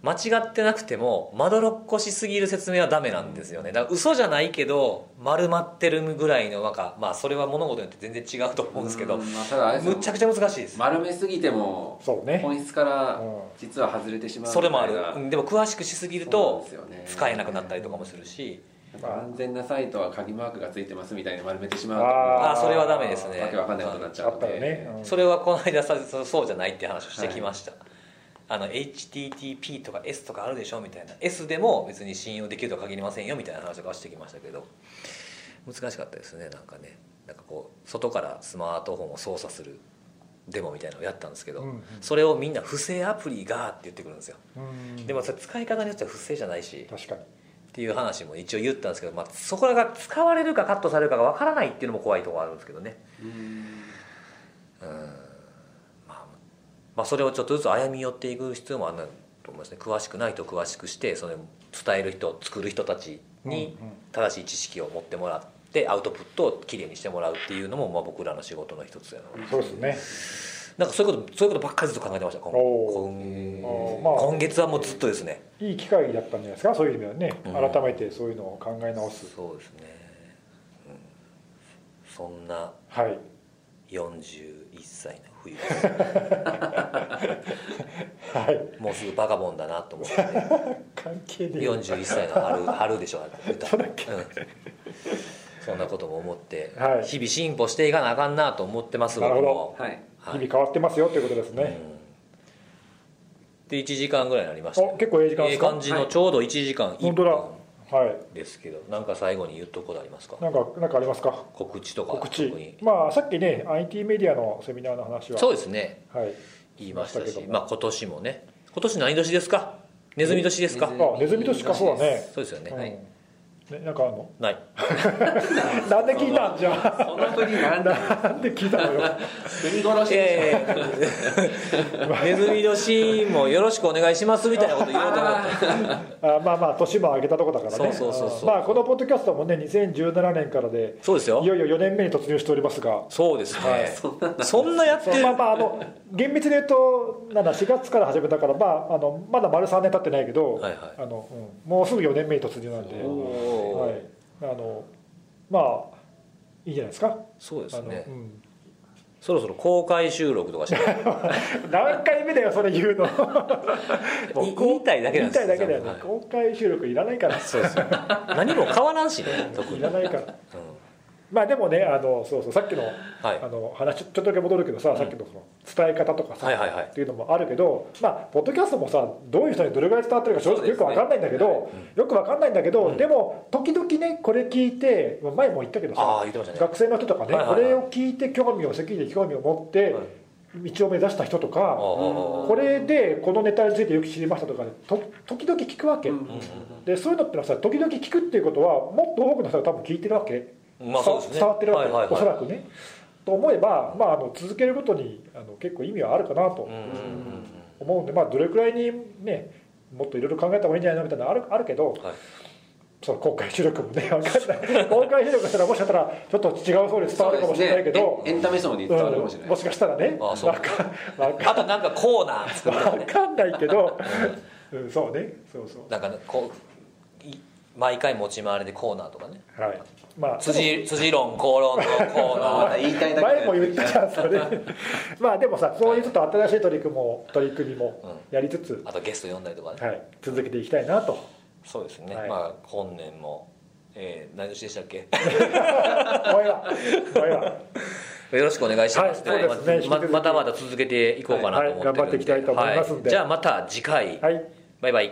間違ってなくてもまどろっこしすぎる説明はダメなんですよね。だから嘘じゃないけど丸まってるぐらいのなんか、まあそれは物事によって全然違うと思うんですけど、 うんまあ、ただあれですよむちゃくちゃ難しいです。 丸めすぎてもそうね本質から実は外れてしまうそれもある。 みたいなでも詳しくしすぎるとそうなんですよね使えなくなったりとかもするし、 やっぱ安全なサイトは鍵マークがついてますみたいに丸めてしまうとああーそれはダメですね。 わけわかんないことになっちゃうので、 あったよね、うんそれはこの間さそうじゃないって話をしてきました、はい、あの エイチティーティーピー とか S とかあるでしょみたいな S でも別に信用できるとは限りませんよみたいな話とかしてきましたけど、難しかったですね。なんかね、なんかこう外からスマートフォンを操作するデモみたいなのをやったんですけど、うんうん、それをみんな不正アプリがって言ってくるんですよ、うん、でもそれ使い方によっては不正じゃないし確かにっていう話も一応言ったんですけど、まあ、そこが使われるかカットされるかがわからないっていうのも怖いところあるんですけどね。うんうんまあ、それをちょっとずつ歩み寄っていく必要もあると思いますね。詳しくない人詳しくしてそれ伝える人作る人たちに正しい知識を持ってもらってアウトプットをきれいにしてもらうっていうのもまあ僕らの仕事の一つやな。 そうですね。 なんかそういうことそういうことばっかりずっと考えてました。 今, 今, 今月はもうずっとですね。 いい機会だったんじゃないですか、そういう意味ではね、うん、改めてそういうのを考え直す。 そうですね、うん、そんなよんじゅういっさいの冬です、はい、もうすぐバカボンだなと思って、ね、 関係ねえよんじゅういっさいの 春, 春でしょ歌そうだっけ、 うん、そんなことも思って、 はい、 日々進歩していかなあかんなと思ってます。 なるほど、 僕も、 はい日々変わってますよということですね、 うん、でいちじかんぐらいになりました。 お結構ええ時間ですか。 ええ感じのちょうどいちじかんいっぷんですけど、なんか最後に言っとくことありますか。 なんかなんかありますか。 告知とか。 告知、まあさっきね アイティー メディアのセミナーの話はそうですね、 はい、 言いましたし、まあ今年もね、今年何年ですか。ネズミ年ですか。 あ、ネズミ年か。そうだね。 そうですよね、 うん、 はい。 ね、なんかあるの。 ないなんで聞いたんじゃあ。 その振りなんでなんで聞いたのよ。 振り殺しでしょ。ネズミ年もよろしくお願いしますみたいなこと言おうと思ったあまあまあ年も上げたとこだからね。 そうそうそうそう。 まあこのポッドキャストもねにせんじゅうななねんからで、 そうですよ、 いよいよよねんめに突入しておりますが。 そうですね、 はい、 そんなやってる。 まあまああの厳密に言うとなんだしがつから始めたから、まああのまだ丸さんねん経ってないけど、 はいはい、 あのうん、もうすぐよねんめに突入なんで、はい、あのまあいいんじゃないですか。 そうですね、 うん、 そろそろ公開収録とかして何回目だよそれ言うの言いたいだけなんですよ。 言いたいだけだよね、はい、公開収録いらないから。 そうですよ何も変わらんしね特にいらないから、うん、まあでもねあのそうそうさっきの、はい、あの話ちょっとだけ戻るけどさ、うん、さっきのその伝え方とかさ、 はいはいはい、 っていうのもあるけど、まあポッドキャストもさどういう人にどれぐらい伝わってるか正直よく分かんないんだけど、ねはい、よく分かんないんだけど、うん、でも時々ねこれ聞いて前も言ったけどさ、 ね、 学生の人とかね、はいはいはい、これを聞いて興味を席で興味を持って、はい、道を目指した人とか、これでこのネタについてよく知りましたとか、ね、と時々聞くわけ、うんうんうん、でそういうのってのはさ時々聞くっていうことはもっと多くの人が多分聞いてるわけ、 まあそうですね、 伝わってるわけ、 はいはいはい、 おそらくねと思えば、まあ、あの続けることにあの結構意味はあるかなと思うんで、まあ、どれくらいにねもっといろいろ考えた方がいいんじゃないのみたいなのある、あるけど、はい、その公開収録もね分かんない公開収録したらもしかしたらちょっと違うそうに伝わるかもしれないけど、 ね、エンタメ層に伝わるかもしれない、 うん、もしかしたらねああそうあとなんかコーナー作る分かんないけど、うん、そうねそうそうなんかねこう毎回持ち回りでコーナーとかね、 はいまあ、 辻, 辻論口論のコーナー言いたいだけ前も言ったじゃんそれまあでもさそういうちょっと新しい取り組みも取り組みもやりつつ、 うん、あとゲスト呼んだりとかね、 はい、続けていきたいなと。 そうですね、はい、まあ本年も、えー、何年でしたっけおいわおいわよろしくお願いします、 はい、そうですね、 ま, ま, またまた続けていこうかなと思ってるんで、 はい、頑張っていきたいと思いますんで、 はい、じゃあまた次回、 はい、 バイバイ。